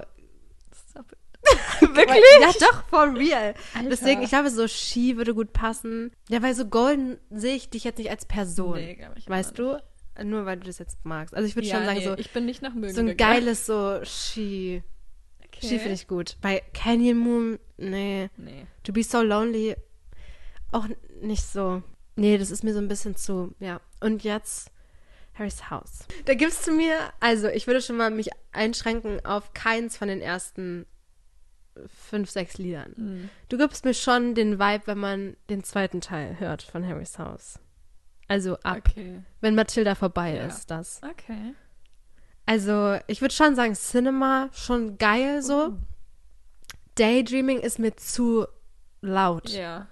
Wirklich? Ja, doch, for real. Alter. Deswegen, ich glaube, so Ski würde gut passen. Ja, weil so Golden sehe ich dich jetzt nicht als Person. Nee, glaube ich. Weißt du? Nur weil du das jetzt magst. Also ich würde schon sagen, so. Ich bin nicht nach Mögen so ein geiles so Ski. Okay. Ski finde ich gut. Bei Canyon Moon, nee. To Be So Lonely, auch nicht so. Nee, das ist mir so ein bisschen zu, ja. Und jetzt Harrys House. Da gibst du mir, also ich würde schon mal mich einschränken auf keins von den ersten 5, 6 Liedern. Mhm. Du gibst mir schon den Vibe, wenn man den zweiten Teil hört von Harrys House. Also ab, wenn Matilda vorbei ist, das. Okay. Also ich würde schon sagen, Cinema, schon geil so. Daydreaming ist mir zu laut. Ja.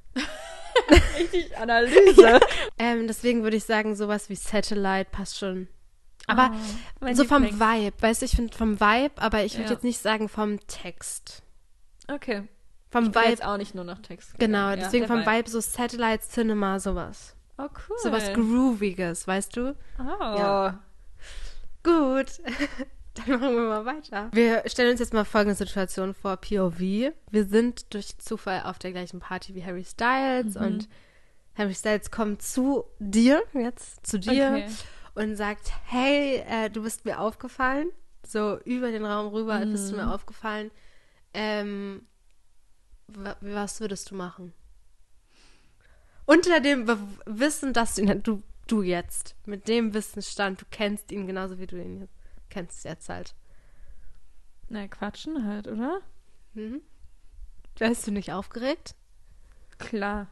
Richtig Analyse. Deswegen würde ich sagen, sowas wie Satellite passt schon. Aber so vom Vibe, weißt du, ich finde vom Vibe, aber ich würde jetzt nicht sagen vom Text. Okay. Vom ich bin Vibe jetzt auch nicht nur nach Text. Genau, deswegen vom Vibe so Satellite, Cinema, sowas. Oh, cool. Sowas Grooviges, weißt du? Oh. Ja. Gut. Dann machen wir mal weiter. Wir stellen uns jetzt mal folgende Situation vor, POV. Wir sind durch Zufall auf der gleichen Party wie Harry Styles und Harry Styles kommt zu dir und sagt, hey, du bist mir aufgefallen. So über den Raum rüber bist du mir aufgefallen. Was würdest du machen? Unter dem Wissen, dass du jetzt, mit dem Wissensstand, du kennst ihn genauso, wie du ihn jetzt kennst jetzt halt. Na, quatschen halt, oder? Mhm. Wärst du nicht aufgeregt? Klar.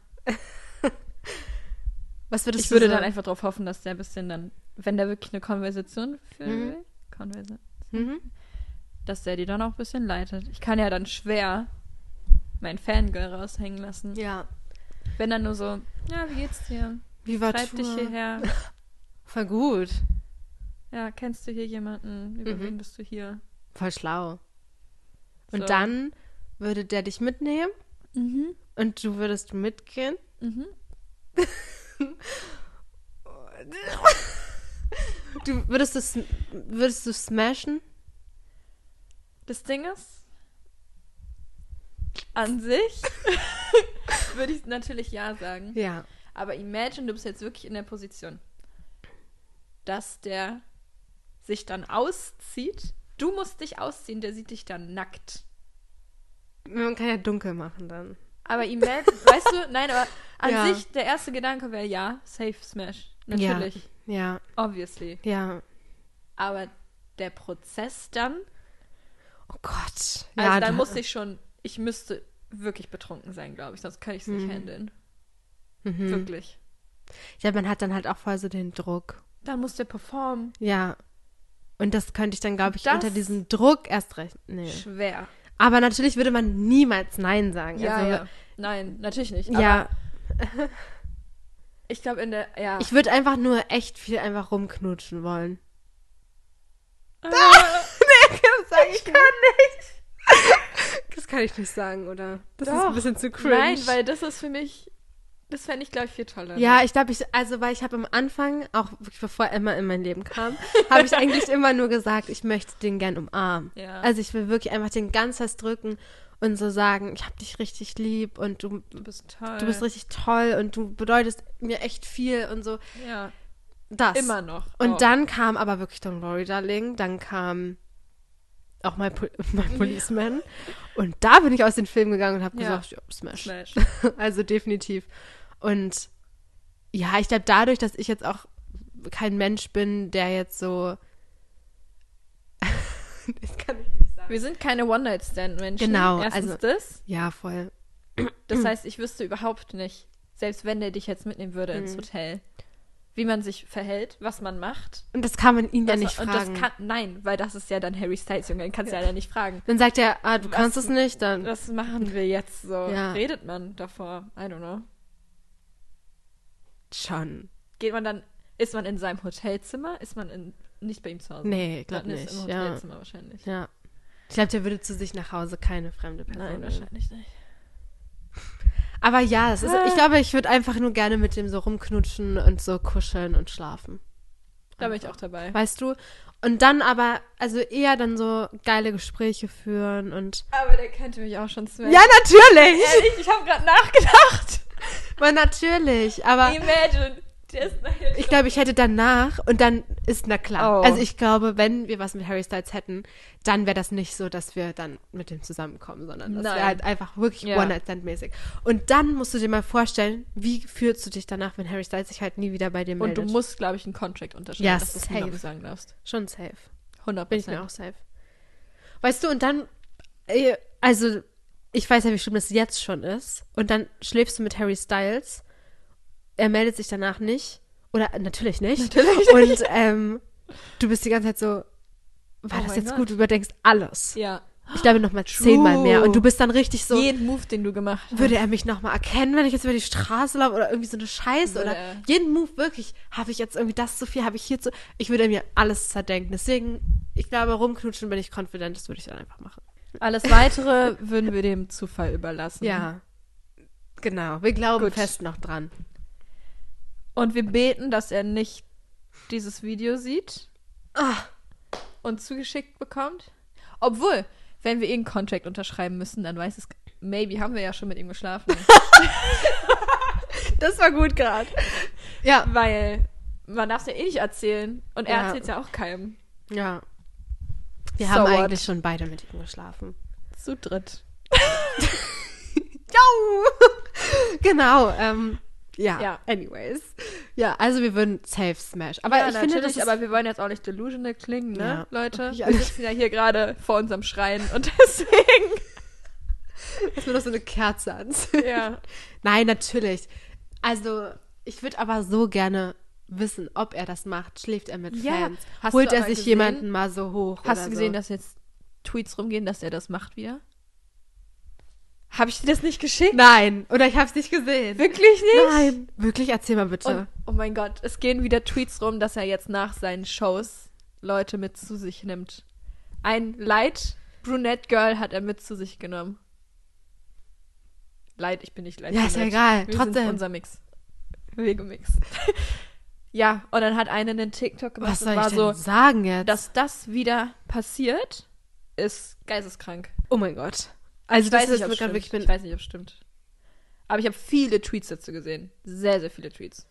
Was würdest ich du würde sagen? Dann einfach darauf hoffen, dass der ein bisschen dann, wenn der wirklich eine Konversation führen will, dass der die dann auch ein bisschen leitet. Ich kann ja dann schwer mein Fangirl raushängen lassen. Ja. Wenn dann nur so, ja, wie geht's dir? Wie war Treib dich hierher. Voll gut. Ja, kennst du hier jemanden? Über wen bist du hier? Voll schlau. Und So. dann würde der dich mitnehmen und du würdest mitgehen. Würdest du smashen? Das Ding ist, an sich würde ich natürlich ja sagen. Ja. Aber imagine, du bist jetzt wirklich in der Position, dass der sich dann auszieht. Du musst dich ausziehen, der sieht dich dann nackt. Man kann ja dunkel machen dann. Aber imagine, weißt du, nein, aber an Ja. sich, der erste Gedanke wäre ja, safe smash. Natürlich. Ja. Obviously. Ja. Aber der Prozess dann, Oh Gott. also ja, dann ich müsste wirklich betrunken sein, glaube ich, sonst kann ich es nicht handeln. Wirklich. Ja, man hat dann halt auch voll so den Druck. Dann muss der performen. Ja. Und das könnte ich dann, glaube ich, Das- unter diesem Druck erst recht. Nee. Schwer. Aber natürlich würde man niemals Nein sagen. Ja, also, ja. Nein, natürlich nicht. Ja, Aber ich glaube ja. ich würde einfach nur echt viel einfach rumknutschen wollen. Ich kann nicht. Das kann ich nicht sagen, oder? Das ist ein bisschen zu cringe. Nein, weil das ist für mich, das fände ich, glaube ich, viel toller. Ja, ich glaube, weil ich habe am Anfang, auch wirklich bevor Emma in mein Leben kam, habe ich eigentlich immer nur gesagt, ich möchte den gern umarmen. Ja. Also ich will wirklich einfach den ganz fest drücken und so sagen, ich habe dich richtig lieb und du bist toll. bist richtig toll und du bedeutest mir echt viel und so. Ja, Das. immer noch. Und auch. dann kam aber wirklich Don't Worry, Darling. Dann kam auch mein Policeman. Und da bin ich aus dem Film gegangen und habe Ja. gesagt, ja, Smash. Smash. Also definitiv. Und ja, ich glaube, dadurch, dass ich jetzt auch kein Mensch bin, der jetzt so das kann ich nicht sagen. Wir sind keine One-Night-Stand-Menschen. Genau, Erstens also- das. Ja, voll. Das heißt, ich wüsste überhaupt nicht, selbst wenn der dich jetzt mitnehmen würde ins Hotel, wie man sich verhält, was man macht. Und das kann man ihn ja Was- nicht und fragen. nein, weil das ist ja dann Harry Styles, Junge, den kannst du ja nicht fragen. Dann sagt er, du kannst es nicht, dann Was machen wir jetzt so? Ja. Redet man davor? I don't know. schon. Ist man in seinem Hotelzimmer? Ist man nicht bei ihm zu Hause? Nee, ich glaube Man ist nicht. im Ja. Hotelzimmer wahrscheinlich. Ja. Ich glaube, der würde zu sich nach Hause keine fremde Person Nein, nehmen. wahrscheinlich nicht. Aber ja, ich glaube, ich würde einfach nur gerne mit dem so rumknutschen und so kuscheln und schlafen. Da bin ich auch dabei. Weißt du? Und dann aber, also eher dann so geile Gespräche führen und... Aber der könnte mich auch schon smashen. Ja, natürlich! Ehrlich, ich habe gerade nachgedacht. Aber natürlich, aber Imagine, der ist nachher ich glaube, ich hätte danach und dann ist, na klar. Oh. Also ich glaube, wenn wir was mit Harry Styles hätten, dann wäre das nicht so, dass wir dann mit dem zusammenkommen, sondern das wäre Nein. halt einfach wirklich Ja. One-Night-Stand-mäßig. Und dann musst du dir mal vorstellen, wie fühlst du dich danach, wenn Harry Styles sich halt nie wieder bei dir Und meldet? du musst, glaube ich, einen Contract unterschreiben, Ja, dass du es safe. niemandem sagen darfst. Schon safe. 100%. Bin ich mir auch safe. Weißt du, und dann, also, ich weiß ja, wie schlimm das jetzt schon ist. Und dann schläfst du mit Harry Styles. Er meldet sich danach nicht. Oder natürlich nicht. Und du bist die ganze Zeit so, war Oh das mein jetzt Gott. gut? Du überdenkst alles. Ja. Ich glaube, nochmal 10-mal mehr. Und du bist dann richtig so, Jeden Move, den du gemacht hast. würde er mich nochmal erkennen, wenn ich jetzt über die Straße laufe oder irgendwie so eine Scheiße Würde oder er. jeden Move wirklich, habe ich jetzt irgendwie das zu viel, habe ich hier zu, ich würde mir alles zerdenken. Deswegen, ich glaube, rumknutschen bin ich confident, das würde ich dann einfach machen. Alles Weitere würden wir dem Zufall überlassen. Ja, genau. Wir glauben Gut. fest noch dran. Und wir beten, dass er nicht dieses Video sieht Ah, und zugeschickt bekommt. Obwohl, wenn wir irgendeinen Contract unterschreiben müssen, dann weiß es, maybe haben wir ja schon mit ihm geschlafen. das war gut gerade. Ja, Weil man darf es ja eh nicht erzählen. Und er Ja. erzählt es ja auch keinem. ja. Wir So haben what? eigentlich schon beide mit ihm geschlafen. Zu dritt. Genau, ja, Ja. anyways. Ja, also wir würden safe smash. Aber ja, ich finde, das ist, aber wir wollen jetzt auch nicht delusional klingen, ne, Ja. Leute? Ja. Wir sitzen ja hier gerade vor unserem Schrein und deswegen. dass wir noch so eine Kerze anzünden. Ja. Nein, natürlich. Also, ich würde aber so gerne wissen, ob er das macht. Schläft er mit Ja. Fans? Hast Holt du er aber sich gesehen- jemanden mal so hoch? Hast oder du gesehen, so? dass jetzt Tweets rumgehen, dass er das macht wieder? Habe ich dir das nicht geschickt? Nein. Oder ich habe es nicht gesehen. Wirklich nicht? Nein. Wirklich? Erzähl mal bitte. Und, oh mein Gott, es gehen wieder Tweets rum, dass er jetzt nach seinen Shows Leute mit zu sich nimmt. Ein Light Brunette Girl hat er mit zu sich genommen. Light, ich bin nicht Light. Ja, ist ja egal. Wir Trotzdem. sind unser Mix. Wege-Mix. Ja, und dann hat eine einen TikTok gemacht. Was soll und ich war denn sagen jetzt? dass das wieder passiert, ist geisteskrank. Oh mein Gott. Also ich weiß das nicht, ob ist gerade wirklich... Ich weiß nicht, ob es stimmt. Aber ich habe viele Tweets dazu gesehen. Sehr, sehr viele Tweets.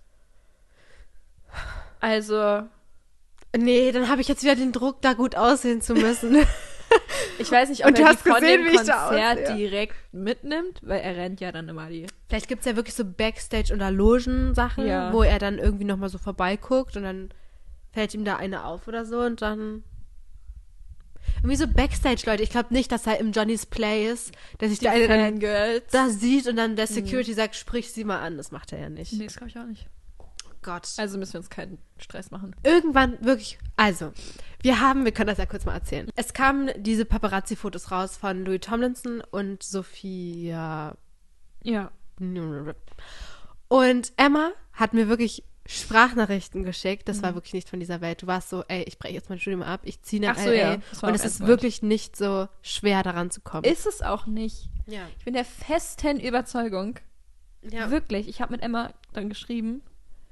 Also... Nee, dann habe ich jetzt wieder den Druck, da gut aussehen zu müssen. Ich weiß nicht, ob Und er du die hast von gesehen, dem wie ich da Konzert aussehe. direkt mitnimmt, weil er rennt ja dann immer die... Vielleicht gibt es ja wirklich so Backstage- oder Logen-Sachen, Ja. wo er dann irgendwie nochmal so vorbeiguckt und dann fällt ihm da eine auf oder so und dann... Irgendwie so Backstage, Leute. Ich glaube nicht, dass er im Johnny's Play ist, der sich Die da eine dann Fangirls. da sieht und dann der Security sagt, sprich sie mal an. Das macht er ja nicht. Nee, das glaube ich auch nicht. Gott. Also müssen wir uns keinen Stress machen. Irgendwann wirklich, also, wir können das ja kurz mal erzählen. Es kamen diese Paparazzi-Fotos raus von Louis Tomlinson und Sophia. Ja. Und Emma hat mir wirklich Sprachnachrichten geschickt. Das Mhm. war wirklich nicht von dieser Welt. Du warst so, ey, ich breche jetzt mein Studium ab, ich ziehe nach Ach so, LA. ja. Das war Und auch es ist ernst wirklich nicht so schwer, daran zu kommen. Ist es auch nicht. Ja. Ich bin der festen Überzeugung, Ja. wirklich, ich habe mit Emma dann geschrieben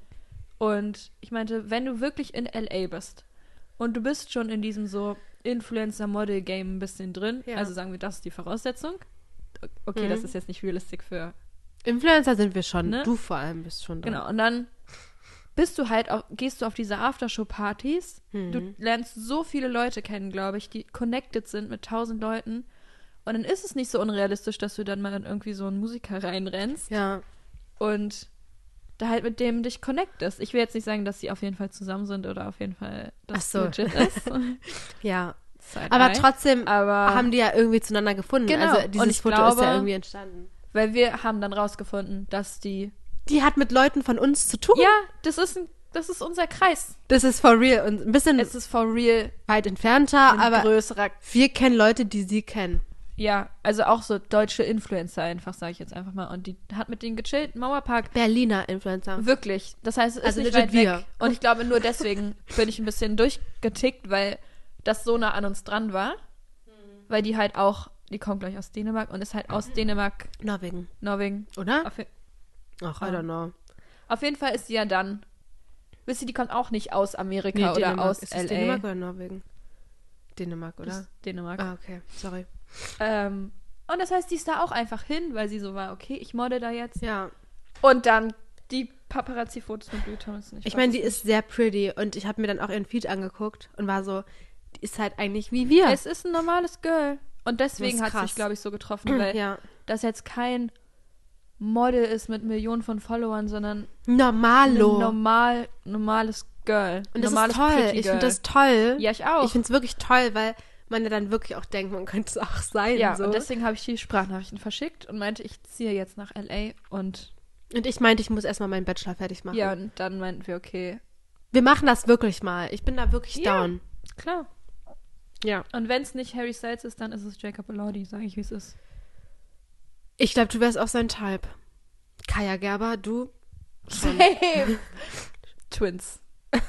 und ich meinte, wenn du wirklich in LA bist und du bist schon in diesem so Influencer-Model-Game ein bisschen drin, Ja. also sagen wir, das ist die Voraussetzung. Okay, das ist jetzt nicht realistisch für... Influencer sind wir schon. Ne? Du vor allem bist schon da. Genau, und dann bist du halt auch, gehst du auf diese Aftershow-Partys, Mhm. du lernst so viele Leute kennen, glaube ich, die connected sind mit 1000 Leuten und dann ist es nicht so unrealistisch, dass du dann mal in irgendwie so einen Musiker reinrennst Ja. und da halt mit dem dich connectest. Ich will jetzt nicht sagen, dass sie auf jeden Fall zusammen sind oder auf jeden Fall Ach das so. legit ist. Ja. Side Aber eye. trotzdem Aber haben die ja irgendwie zueinander gefunden. Genau. Also dieses Und ich Foto ist glaube- ja irgendwie entstanden. weil wir haben dann rausgefunden, dass die... Die hat mit Leuten von uns zu tun. Ja, das ist unser Kreis. Das ist for real und ein bisschen Es ist for real weit entfernter, ein aber größerer... wir kennen Leute, die sie kennen. Ja, also auch so deutsche Influencer einfach, sage ich jetzt einfach mal. Und die hat mit denen gechillt, Mauerpark. Berliner Influencer. Wirklich. Das heißt, es ist Also nicht legit weit weg. wir. Und ich glaube, nur deswegen bin ich ein bisschen durchgetickt, weil das so nah an uns dran war. Weil die halt auch, die kommt gleich aus Dänemark und ist halt aus Dänemark, Norwegen, Norwegen. oder? Auf Ach, I don't know. jeden Fall ist sie ja dann, wisst ihr, die kommt auch nicht aus Amerika oder Dänemark. aus Ist LA. es Dänemark oder Norwegen? Dänemark, Das oder? ist Dänemark. Ah, okay. Sorry. Und das heißt, die ist da auch einfach hin, weil sie so war, okay, ich modde da jetzt. Ja. Und dann die Paparazzi-Fotos mit Louis Tomlinson. Ich meine, die ist sehr pretty und ich habe mir dann auch ihren Feed angeguckt und war so, die ist halt eigentlich wie wir. Es ist ein normales Girl. Und deswegen Das ist hat es krass. sich, glaube ich, so getroffen, weil Ja. das jetzt kein Model ist mit Millionen von Followern, sondern Normalo. ein normales Girl. Und das normales ist toll. Pretty Ich Girl. finde das toll. Ja, ich auch. Ich finde es wirklich toll, weil man ja dann wirklich auch denkt, man könnte es auch sein. ja, so. und deswegen habe ich die Sprachnachrichten verschickt und meinte, ich ziehe jetzt nach L.A. und Und ich meinte, ich muss erstmal meinen Bachelor fertig machen. ja, und dann meinten wir, okay, Wir machen das wirklich mal. Ich bin da wirklich Ja. down. klar. Ja. Und wenn es nicht Harry Styles ist, dann ist es Jacob Elordi, sage ich, wie es ist. Ich glaube, du wärst auch sein Type. Kaya Gerber, du? Same. Twins.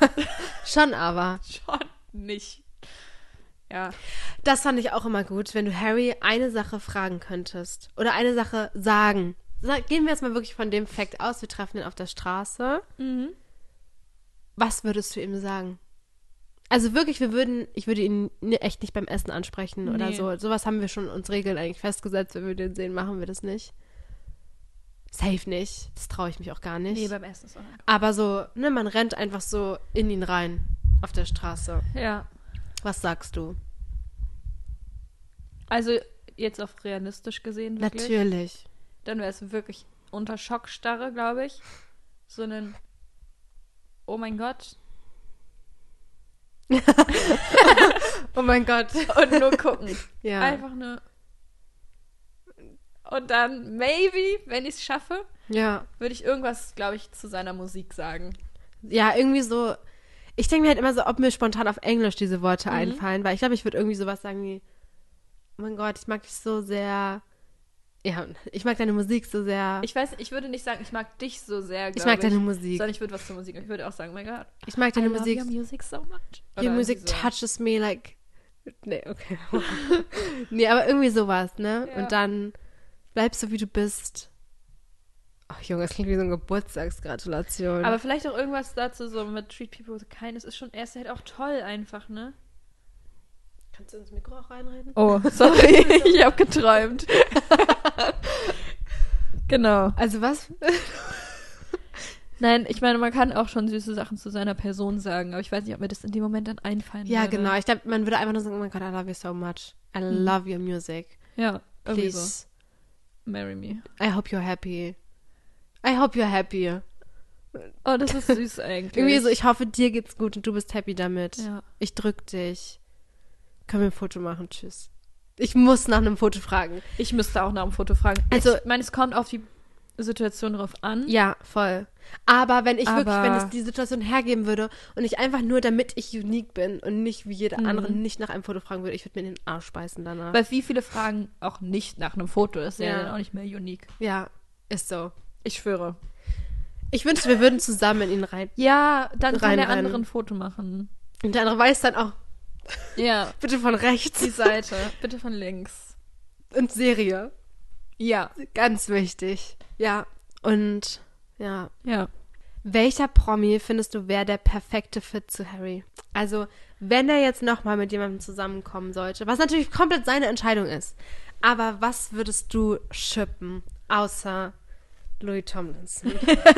Schon aber. Schon nicht. Ja. Das fand ich auch immer gut, wenn du Harry eine Sache fragen könntest. Oder eine Sache sagen. Gehen wir jetzt mal wirklich von dem Fakt aus, wir treffen ihn auf der Straße. Mhm. Was würdest du ihm sagen? Also wirklich, ich würde ihn echt nicht beim Essen ansprechen oder Nee. so. Sowas haben wir schon uns Regeln eigentlich festgesetzt. Wenn wir den sehen, machen wir das nicht. Safe nicht. Das traue ich mich auch gar nicht. Nee, beim Essen ist auch. Aber so, ne, man rennt einfach so in ihn rein auf der Straße. Ja. Was sagst du? Also jetzt auf realistisch gesehen wirklich. Natürlich. Dann wäre es wirklich unter Schockstarre, glaube ich. So einen oh mein Gott. Oh mein Gott. Und nur gucken. Ja. Einfach nur. Und dann, maybe, wenn ich es schaffe, Ja. würde ich irgendwas, glaube ich, zu seiner Musik sagen. Ja, irgendwie so. Ich denke mir halt immer so, ob mir spontan auf Englisch diese Worte einfallen, weil ich glaube, ich würde irgendwie sowas sagen wie, oh mein Gott, ich mag dich so sehr. Ja, ich mag deine Musik so sehr. Ich weiß, ich würde nicht sagen, ich mag dich so sehr, Ich mag deine Musik. Sondern ich würde was zur Musik. Ich würde auch sagen, oh mein Gott. Ich mag deine Musik. I love your music so much. Your music touches me like... Nee, okay. Nee, aber irgendwie sowas, ne? Ja. Und dann bleibst du, wie du bist. Ach, Junge, das klingt wie so eine Geburtstagsgratulation. Aber vielleicht auch irgendwas dazu, so mit Treat People with Kindness ist schon erst halt auch toll einfach, ne? Kannst du ins Mikro auch reinreden? Oh, sorry, ich habe geträumt. Genau. Also was? Nein, ich meine, man kann auch schon süße Sachen zu seiner Person sagen, aber ich weiß nicht, ob mir das in dem Moment dann einfallen Ja, würde. genau. Ich glaube, man würde einfach nur sagen, oh mein Gott, I love you so much. I love your music. Ja, irgendwie Please. so. Marry me. I hope you're happy. I hope you're happy. Oh, das ist süß eigentlich. Irgendwie so, ich hoffe, dir geht's gut und du bist happy damit. Ja. Ich drück dich. Können wir ein Foto machen? Tschüss. Ich muss nach einem Foto fragen. Ich müsste auch nach dem Foto fragen. Also, ich meine, es kommt auf die Situation drauf an. Ja, voll. Aber wenn es die Situation hergeben würde und ich einfach nur, damit ich unique bin und nicht wie jeder andere nicht nach einem Foto fragen würde, ich würde mir in den Arsch beißen danach. Weil wie viele fragen auch nicht nach einem Foto, ist ja dann auch nicht mehr unique. Ja, ist so. Ich schwöre. Ich wünschte, wir würden zusammen in ihn rein. Ja, dann kann der Reinrennen. andere ein Foto machen. Und der andere weiß dann auch, Ja, bitte von rechts. die Seite, bitte von links. Und Serie. Ja. Ganz wichtig. Ja. Und ja. Ja. Welcher Promi findest du wäre der perfekte Fit zu Harry? Also, wenn er jetzt nochmal mit jemandem zusammenkommen sollte, was natürlich komplett seine Entscheidung ist, aber was würdest du shippen, außer Louis Tomlinson?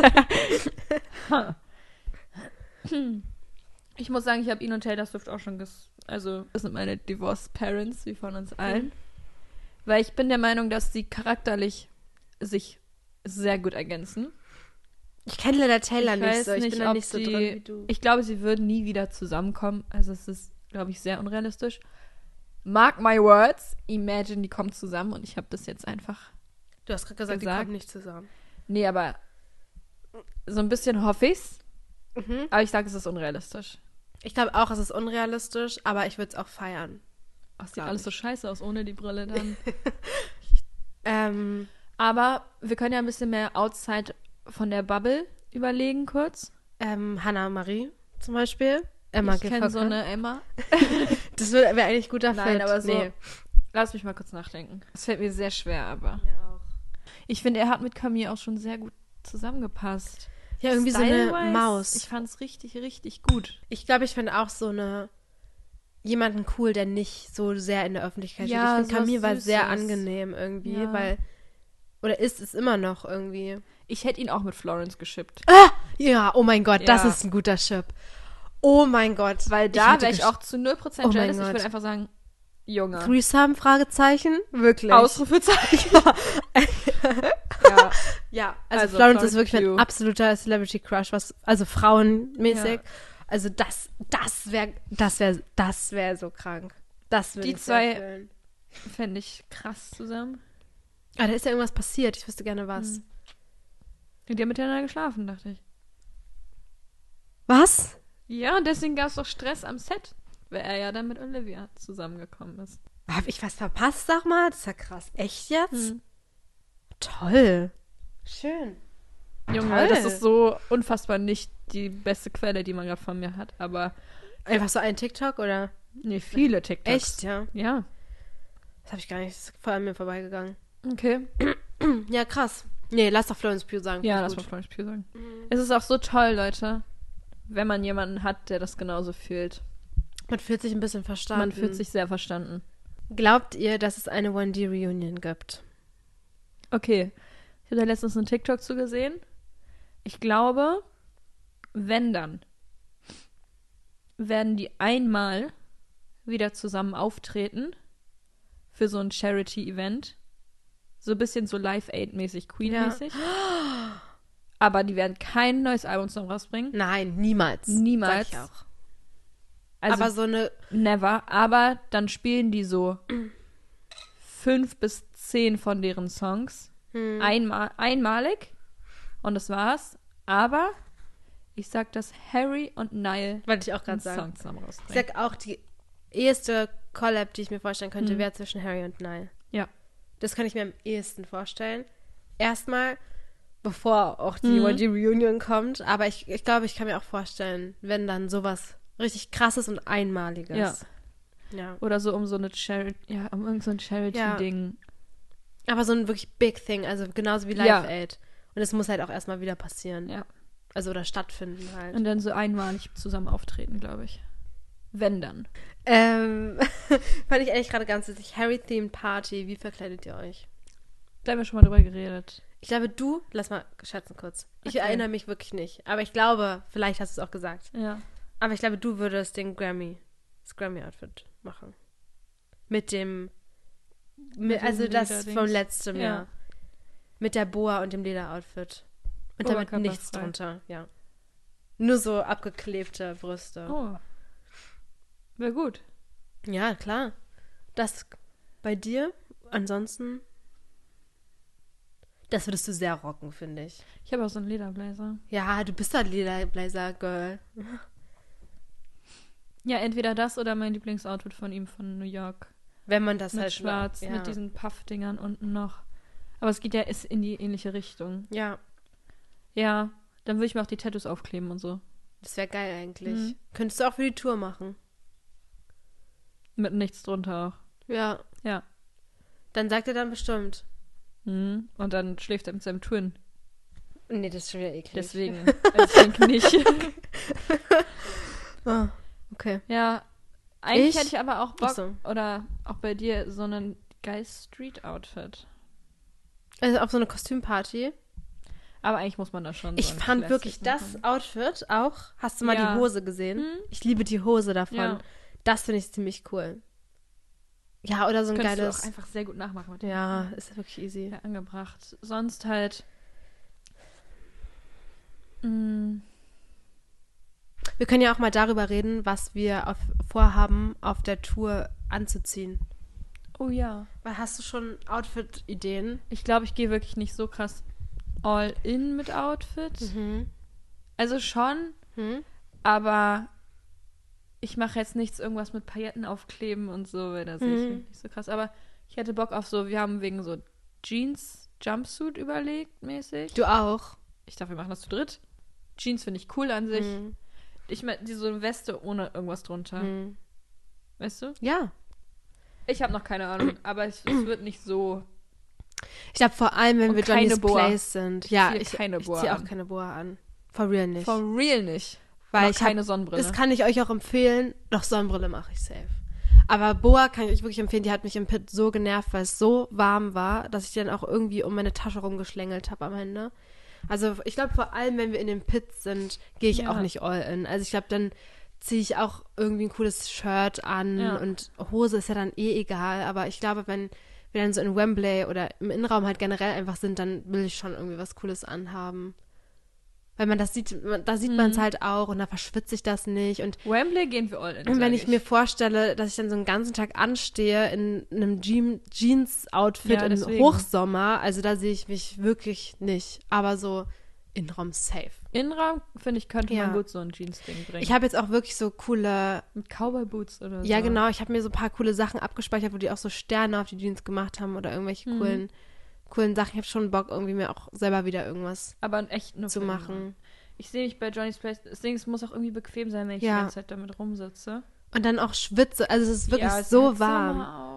Ich muss sagen, ich habe ihn und Taylor Swift auch schon also, das sind meine Divorced Parents, wie von uns allen. Weil ich bin der Meinung, dass sie charakterlich sich sehr gut ergänzen. Ich kenne leider Taylor Ich nicht weiß so. Ich nicht, bin da ob nicht so sie- drin wie du. Ich glaube, sie würden nie wieder zusammenkommen. Also es ist, glaube ich, sehr unrealistisch. Mark my words. Imagine, die kommen zusammen und ich habe das jetzt einfach... Du hast gerade gesagt, die gesagt. kommen nicht zusammen. Nee, aber so ein bisschen hoffe ich's. Mhm. Aber ich sage, es ist unrealistisch. Ich glaube auch, es ist unrealistisch, aber ich würde es auch feiern. Ach, sieht Glaub alles ich. so scheiße aus ohne die Brille dann. Aber wir können ja ein bisschen mehr outside von der Bubble überlegen kurz. Hannah Marie zum Beispiel. Emma Ich kenne Gifford. so eine Emma. Das wäre eigentlich guter Nein, Fit. aber so. Nee. Lass mich mal kurz nachdenken. Es fällt mir sehr schwer, aber. Mir auch. Ich finde, er hat mit Camille auch schon sehr gut zusammengepasst. Ja, irgendwie so eine Style-wise, Maus. Ich fand es richtig, richtig gut. Ich glaube, ich finde auch jemanden cool, der nicht so sehr in der Öffentlichkeit steht. Ja, Ich finde, Camille war sowas sehr Süßes. angenehm irgendwie, Ja. weil, oder ist es immer noch irgendwie. Ich hätte ihn auch mit Florence geschippt. Ja, oh mein Gott, das Ja. ist ein guter Chip. Oh mein Gott. Weil da hätte wäre ich auch zu 0% Oh mein jealous. Ich Gott. würde einfach sagen, Junge. Threesome, Fragezeichen? Wirklich. Ausrufezeichen. Ja. Ja, also, Also Florence ist wirklich Florence mein Pugh. absoluter Celebrity Crush, also frauenmäßig. Ja. Also das wäre so krank. Das würde Die ich sehr zwei- fühlen. Fände ich krass zusammen. Ah, da ist ja irgendwas passiert. Ich wüsste gerne was. Und die haben miteinander geschlafen, dachte ich. Was? Ja, und deswegen gab es doch Stress am Set, weil er ja dann mit Olivia zusammengekommen ist. Hab ich was verpasst, sag mal? Das ist ja krass. Echt jetzt? Hm. Toll. Schön. Junge, Toll. das ist so unfassbar nicht die beste Quelle, die man gerade von mir hat, aber Einfach so ein TikTok oder? nee, viele TikToks. Echt, ja. Ja. Das habe ich gar nicht. Das ist voll an mir vorbeigegangen. Okay. Ja, krass. Nee, lass doch Florence Pugh sagen. Ja, Finde das ich muss gut. man nicht viel sagen. Es ist auch so toll, Leute, wenn man jemanden hat, der das genauso fühlt. Man fühlt sich ein bisschen verstanden. Man fühlt sich sehr verstanden. Glaubt ihr, dass es eine 1D-Reunion gibt? Okay. Ich habe da letztens einen TikTok zu gesehen. Ich glaube, wenn dann, werden die einmal wieder zusammen auftreten für so ein Charity-Event. So ein bisschen so Live-Aid-mäßig, Queen-mäßig. Aber die werden kein neues Album zusammen rausbringen. Nein, niemals. Niemals. Sag ich auch. Also Aber so eine. never. Aber dann spielen die so 5 bis 10 von deren Songs. Einmalig. Und das war's. Aber ich sag, dass Harry und Niall Wollte ich auch einen gerade sagen. Song zusammen Ich rausbringen. sag auch, die eheste Collab, die ich mir vorstellen könnte, wäre zwischen Harry und Niall. Ja. Das kann ich mir am ehesten vorstellen. Erstmal, bevor auch die 1G Reunion kommt. Aber ich glaube, ich kann mir auch vorstellen, wenn dann sowas richtig Krasses und Einmaliges. Ja. Oder so um so eine um irgend so ein Charity-Ding. Aber so ein wirklich Big Thing, also genauso wie Live Aid. Und es muss halt auch erstmal wieder passieren. Ja. Also oder stattfinden halt. Und dann so einmalig zusammen auftreten, glaube ich. Wenn dann. Fand ich eigentlich gerade ganz witzig. Harry-Themed Party, wie verkleidet ihr euch? Da haben wir schon mal drüber geredet. Ich glaube, lass mal schätzen kurz. Ich erinnere mich wirklich nicht. Aber ich glaube, vielleicht hast du es auch gesagt. Ja. Aber ich glaube, du würdest das Grammy-Outfit machen. Mit dem, also das vom letzten Jahr. Mit der Boa und dem Lederoutfit. Und damit nichts drunter, ja. Nur so abgeklebte Brüste. Oh. Wäre gut. Ja, klar. Das bei dir? Ansonsten? Das würdest du sehr rocken, finde ich. Ich habe auch so einen Lederblazer. Ja, du bist halt Lederblazer-Girl. Ja, entweder das oder mein Lieblingsoutfit von ihm von New York. Wenn man das mit halt schwarz, mit diesen Puffdingern unten noch. Aber es geht ist in die ähnliche Richtung. Ja. Ja, dann würde ich mir auch die Tattoos aufkleben und so. Das wäre geil eigentlich. Könntest du auch für die Tour machen. Mit nichts drunter auch. Ja. Ja. Dann sagt er dann bestimmt. Und dann schläft er mit seinem Twin. Nee, das ist schon wieder eklig. Deswegen. Also ich denke nicht. Oh, okay. Ja, eigentlich hätte ich aber auch Bock, so. oder auch bei dir, so ein geiles Street-Outfit. Also auf so eine Kostümparty. Aber eigentlich muss man das schon Ich fand wirklich das Outfit auch. Hast du mal die Hose gesehen? Ich liebe die Hose davon. Ja. Das finde ich ziemlich cool. Ja, oder so ein geiles... geiles... Du auch einfach sehr gut nachmachen. Mit ja, ist wirklich easy. Ja, angebracht. Sonst halt... Wir können ja auch mal darüber reden, was wir vorhaben, auf der Tour anzuziehen. Oh ja. Weil hast du schon Outfit-Ideen? Ich glaube, ich gehe wirklich nicht so krass all in mit Outfit. Also schon, aber ich mache jetzt nichts irgendwas mit Pailletten aufkleben und so, weil das sehe ich nicht so krass. Aber ich hätte Bock auf so, wir haben wegen so Jeans, Jumpsuit überlegt mäßig. Du auch? Ich dachte, wir machen das zu dritt. Jeans finde ich cool an sich. Ich meine, so eine Weste ohne irgendwas drunter. Weißt du? Ja. Ich habe noch keine Ahnung, aber es wird nicht so... Ich glaube vor allem, wenn wir Johnny's Boa. Place sind. Ja, ich ziehe auch keine Boa an. For real nicht. For real nicht. Weil ich keine Sonnenbrille. Das kann ich euch auch empfehlen. Doch, Sonnenbrille mache ich safe. Aber Boa kann ich euch wirklich empfehlen. Die hat mich im Pit so genervt, weil es so warm war, dass ich die dann auch irgendwie um meine Tasche rumgeschlängelt habe am Ende. Also ich glaube vor allem, wenn wir in den Pits sind, gehe ich auch nicht all in. Also ich glaube, dann ziehe ich auch irgendwie ein cooles Shirt an und Hose ist ja dann eh egal. Aber ich glaube, wenn wir dann so in Wembley oder im Innenraum halt generell einfach sind, dann will ich schon irgendwie was Cooles anhaben. Weil man das sieht, da sieht man es halt auch und da verschwitze ich das nicht. Und Wembley gehen wir all in. Und wenn ich mir vorstelle, dass ich dann so einen ganzen Tag anstehe in einem Jeans-Outfit im Hochsommer, also da sehe ich mich wirklich nicht. Aber so Innenraum safe. Innenraum, finde ich, könnte man gut so ein Jeans-Ding bringen. Ich habe jetzt auch wirklich so coole... Mit Cowboy-Boots oder so. Ja, genau. Ich habe mir so ein paar coole Sachen abgespeichert, wo die auch so Sterne auf die Jeans gemacht haben oder irgendwelche coolen Sachen. Ich habe schon Bock, irgendwie mir auch selber wieder irgendwas zu machen. Ich sehe mich bei Johnny's Place. Deswegen, es muss auch irgendwie bequem sein, wenn ich die ganze Zeit damit rumsitze. Und dann auch schwitze. Also es ist wirklich so halt warm. Auch.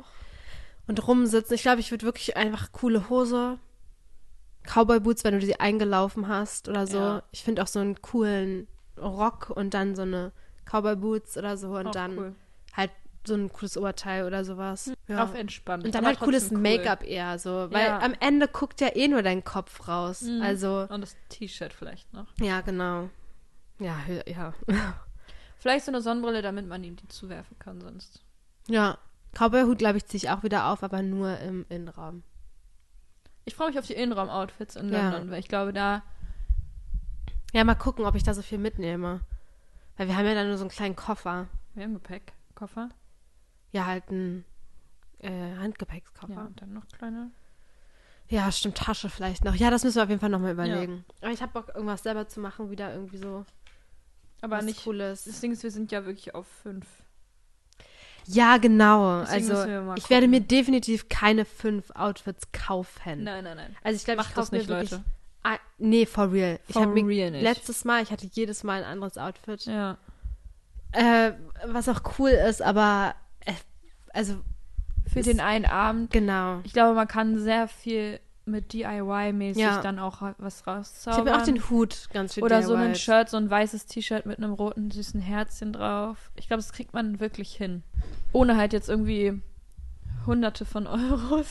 Und rumsitzen. Ich glaube, ich würde wirklich einfach coole Hose, Cowboy-Boots, wenn du sie eingelaufen hast oder so. Ja. Ich finde auch so einen coolen Rock und dann so eine Cowboy-Boots oder so. Und auch dann halt so ein cooles Oberteil oder sowas. Ja. Auf entspannt. Und dann halt cooles Make-up eher so. Weil am Ende guckt ja eh nur dein Kopf raus. Also. Und das T-Shirt vielleicht noch. Ja, genau. Ja. Vielleicht so eine Sonnenbrille, damit man ihm die zuwerfen kann sonst. Ja. Cowboy-Hut, glaube ich, ziehe ich auch wieder auf, aber nur im Innenraum. Ich freue mich auf die Innenraum-Outfits in London, weil ich glaube, da... Ja, mal gucken, ob ich da so viel mitnehme. Weil wir haben ja dann nur so einen kleinen Koffer. Wir haben Gepäckkoffer? Ja, halt ein Handgepäckskoffer. Ja, und dann noch kleine... Ja, stimmt, Tasche vielleicht noch. Ja, das müssen wir auf jeden Fall nochmal überlegen. Ja. Aber ich habe Bock, irgendwas selber zu machen, wieder irgendwie so aber was nicht Cooles. Das Ding ist, wir sind ja wirklich auf 5. Ja, genau. Deswegen müssen wir Also mal ich werde mir gucken. definitiv keine 5 Outfits kaufen. Nein. Also ich glaube, ich Macht das kaufe mir nicht, wirklich... Leute. Nee, for real. Ich For habe mir real nicht. letztes Mal, ich hatte jedes Mal ein anderes Outfit. Ja. Was auch cool ist, aber also Für den einen Abend. genau. Ich glaube, man kann sehr viel mit DIY-mäßig Ja. dann auch was Ich habe rauszaubern. mir auch den Hut ganz schön Oder so DIYt. ein Shirt, so ein weißes T-Shirt mit einem roten, süßen Herzchen drauf. Ich glaube, das kriegt man wirklich hin. Ohne halt jetzt irgendwie Hunderte von Euros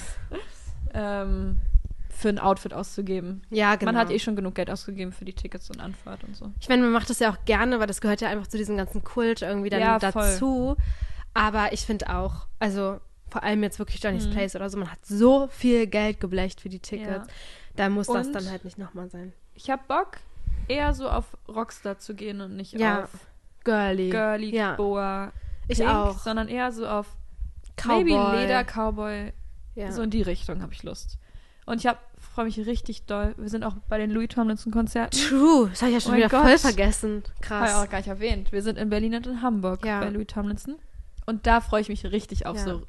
für ein Outfit auszugeben. Ja, genau. Man hat eh schon genug Geld ausgegeben für die Tickets und Anfahrt und so. Ich meine, man macht das ja auch gerne, weil das gehört ja einfach zu diesem ganzen Kult irgendwie dann Ja, dazu. Aber ich finde auch, also vor allem jetzt wirklich Johnny's Mhm. Place oder so, man hat so viel Geld geblecht für die Tickets. Ja. Da muss das Und dann halt nicht nochmal sein. Ich habe Bock, eher so auf Rockstar zu gehen und nicht Ja, auf girly. Girly, Ja. Boa, Ich Pink, auch. sondern eher so auf Cowboy. Maybe Leder, Cowboy. Ja. So in die Richtung habe ich Lust. Und ich freue mich richtig doll. Wir sind auch bei den Louis Tomlinson-Konzerten. True, das habe ich ja schon Oh mein wieder voll Gott. vergessen. Habe ich Krass. auch gar nicht erwähnt. Wir sind in Berlin und in Hamburg Ja. bei Louis Tomlinson. Und da freue ich mich richtig auf Ja. so.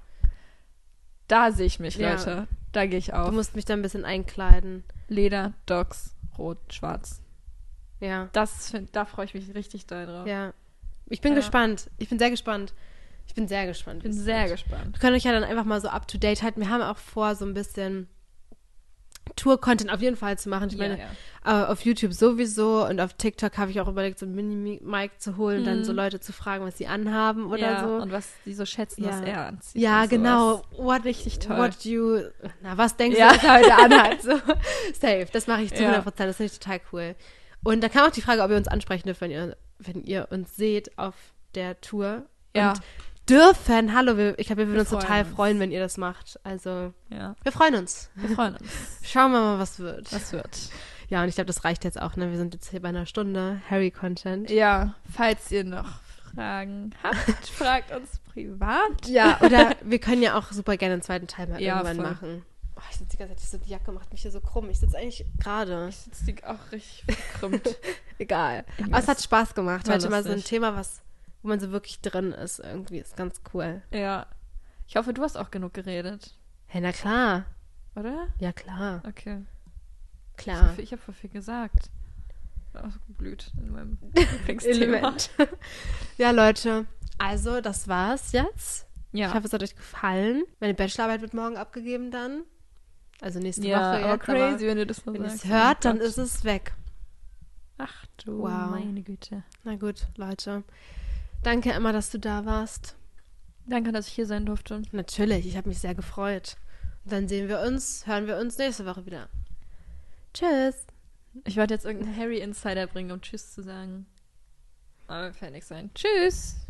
Da sehe ich mich, Ja. Leute. Da gehe ich Du auf. musst mich da ein bisschen einkleiden. Leder, Docs, Rot, Schwarz. Ja. Da freue ich mich richtig doll drauf. Ja. Ich bin Ja. gespannt. Ich bin sehr gespannt. Ich bin sehr gespannt. Ich bin wie es sehr wird. gespannt. Wir können euch ja dann einfach mal so up to date halten. Wir haben auch vor, so ein bisschen Tour-Content auf jeden Fall zu machen. Ich meine, auf YouTube sowieso und auf TikTok habe ich auch überlegt, so ein Mini-Mic zu holen und dann so Leute zu fragen, was sie anhaben oder ja, so. und was die so schätzen, Ja. was er anzieht. Ja, und genau. sowas. Richtig toll. Was denkst Ja. du, was er heute anhat? So, safe. Das mache ich zu Ja. 100%. Das finde ich total cool. Und da kam auch die Frage, ob ihr uns ansprechen dürft, wenn ihr uns seht auf der Tour. Ja. Und dürfen, hallo, ich glaube, wir würden Wir uns total freuen uns. freuen, wenn ihr das macht. Also, Ja, wir freuen uns. wir freuen uns. Schauen wir mal, was wird. Was wird? Ja, und ich glaube, das reicht jetzt auch, ne? Wir sind jetzt hier bei einer Stunde Harry-Content. Ja, falls ihr noch Fragen habt, fragt uns privat. Ja, oder wir können ja auch super gerne einen zweiten Teil mal Ja, irgendwann voll. machen. Oh, ich sitze die ganze Zeit, die Jacke macht mich hier so krumm. Ich sitze eigentlich gerade. Ich sitze die auch richtig verkrümmt. Egal. Ich Aber es weiß. hat Spaß gemacht. War Heute mal so ein lustig. Thema, wo man so wirklich drin ist. Irgendwie ist ganz cool. Ja. Ich hoffe, du hast auch genug geredet, Hey, na klar. oder? Ja, klar. Okay. Klar. Ich habe voll viel gesagt. Auch blöd in meinem Lieblingsthema. Element. Ja, Leute. Also, das war's jetzt. Ja. Ich hoffe, es hat euch gefallen. Meine Bachelorarbeit wird morgen abgegeben dann. Also nächste Ja, Woche aber jetzt. crazy, wenn du das so Wenn ihr sagst. es hört, Oh dann Gott. ist es weg. Ach du Wow. meine Güte. Na gut, Leute. Danke, Emma, dass du da warst. Danke, dass ich hier sein durfte. Natürlich, ich habe mich sehr gefreut. Und dann hören wir uns nächste Woche wieder. Tschüss. Ich wollte jetzt irgendeinen Harry Insider bringen, um Tschüss zu sagen. Aber fällt nichts ein. Tschüss.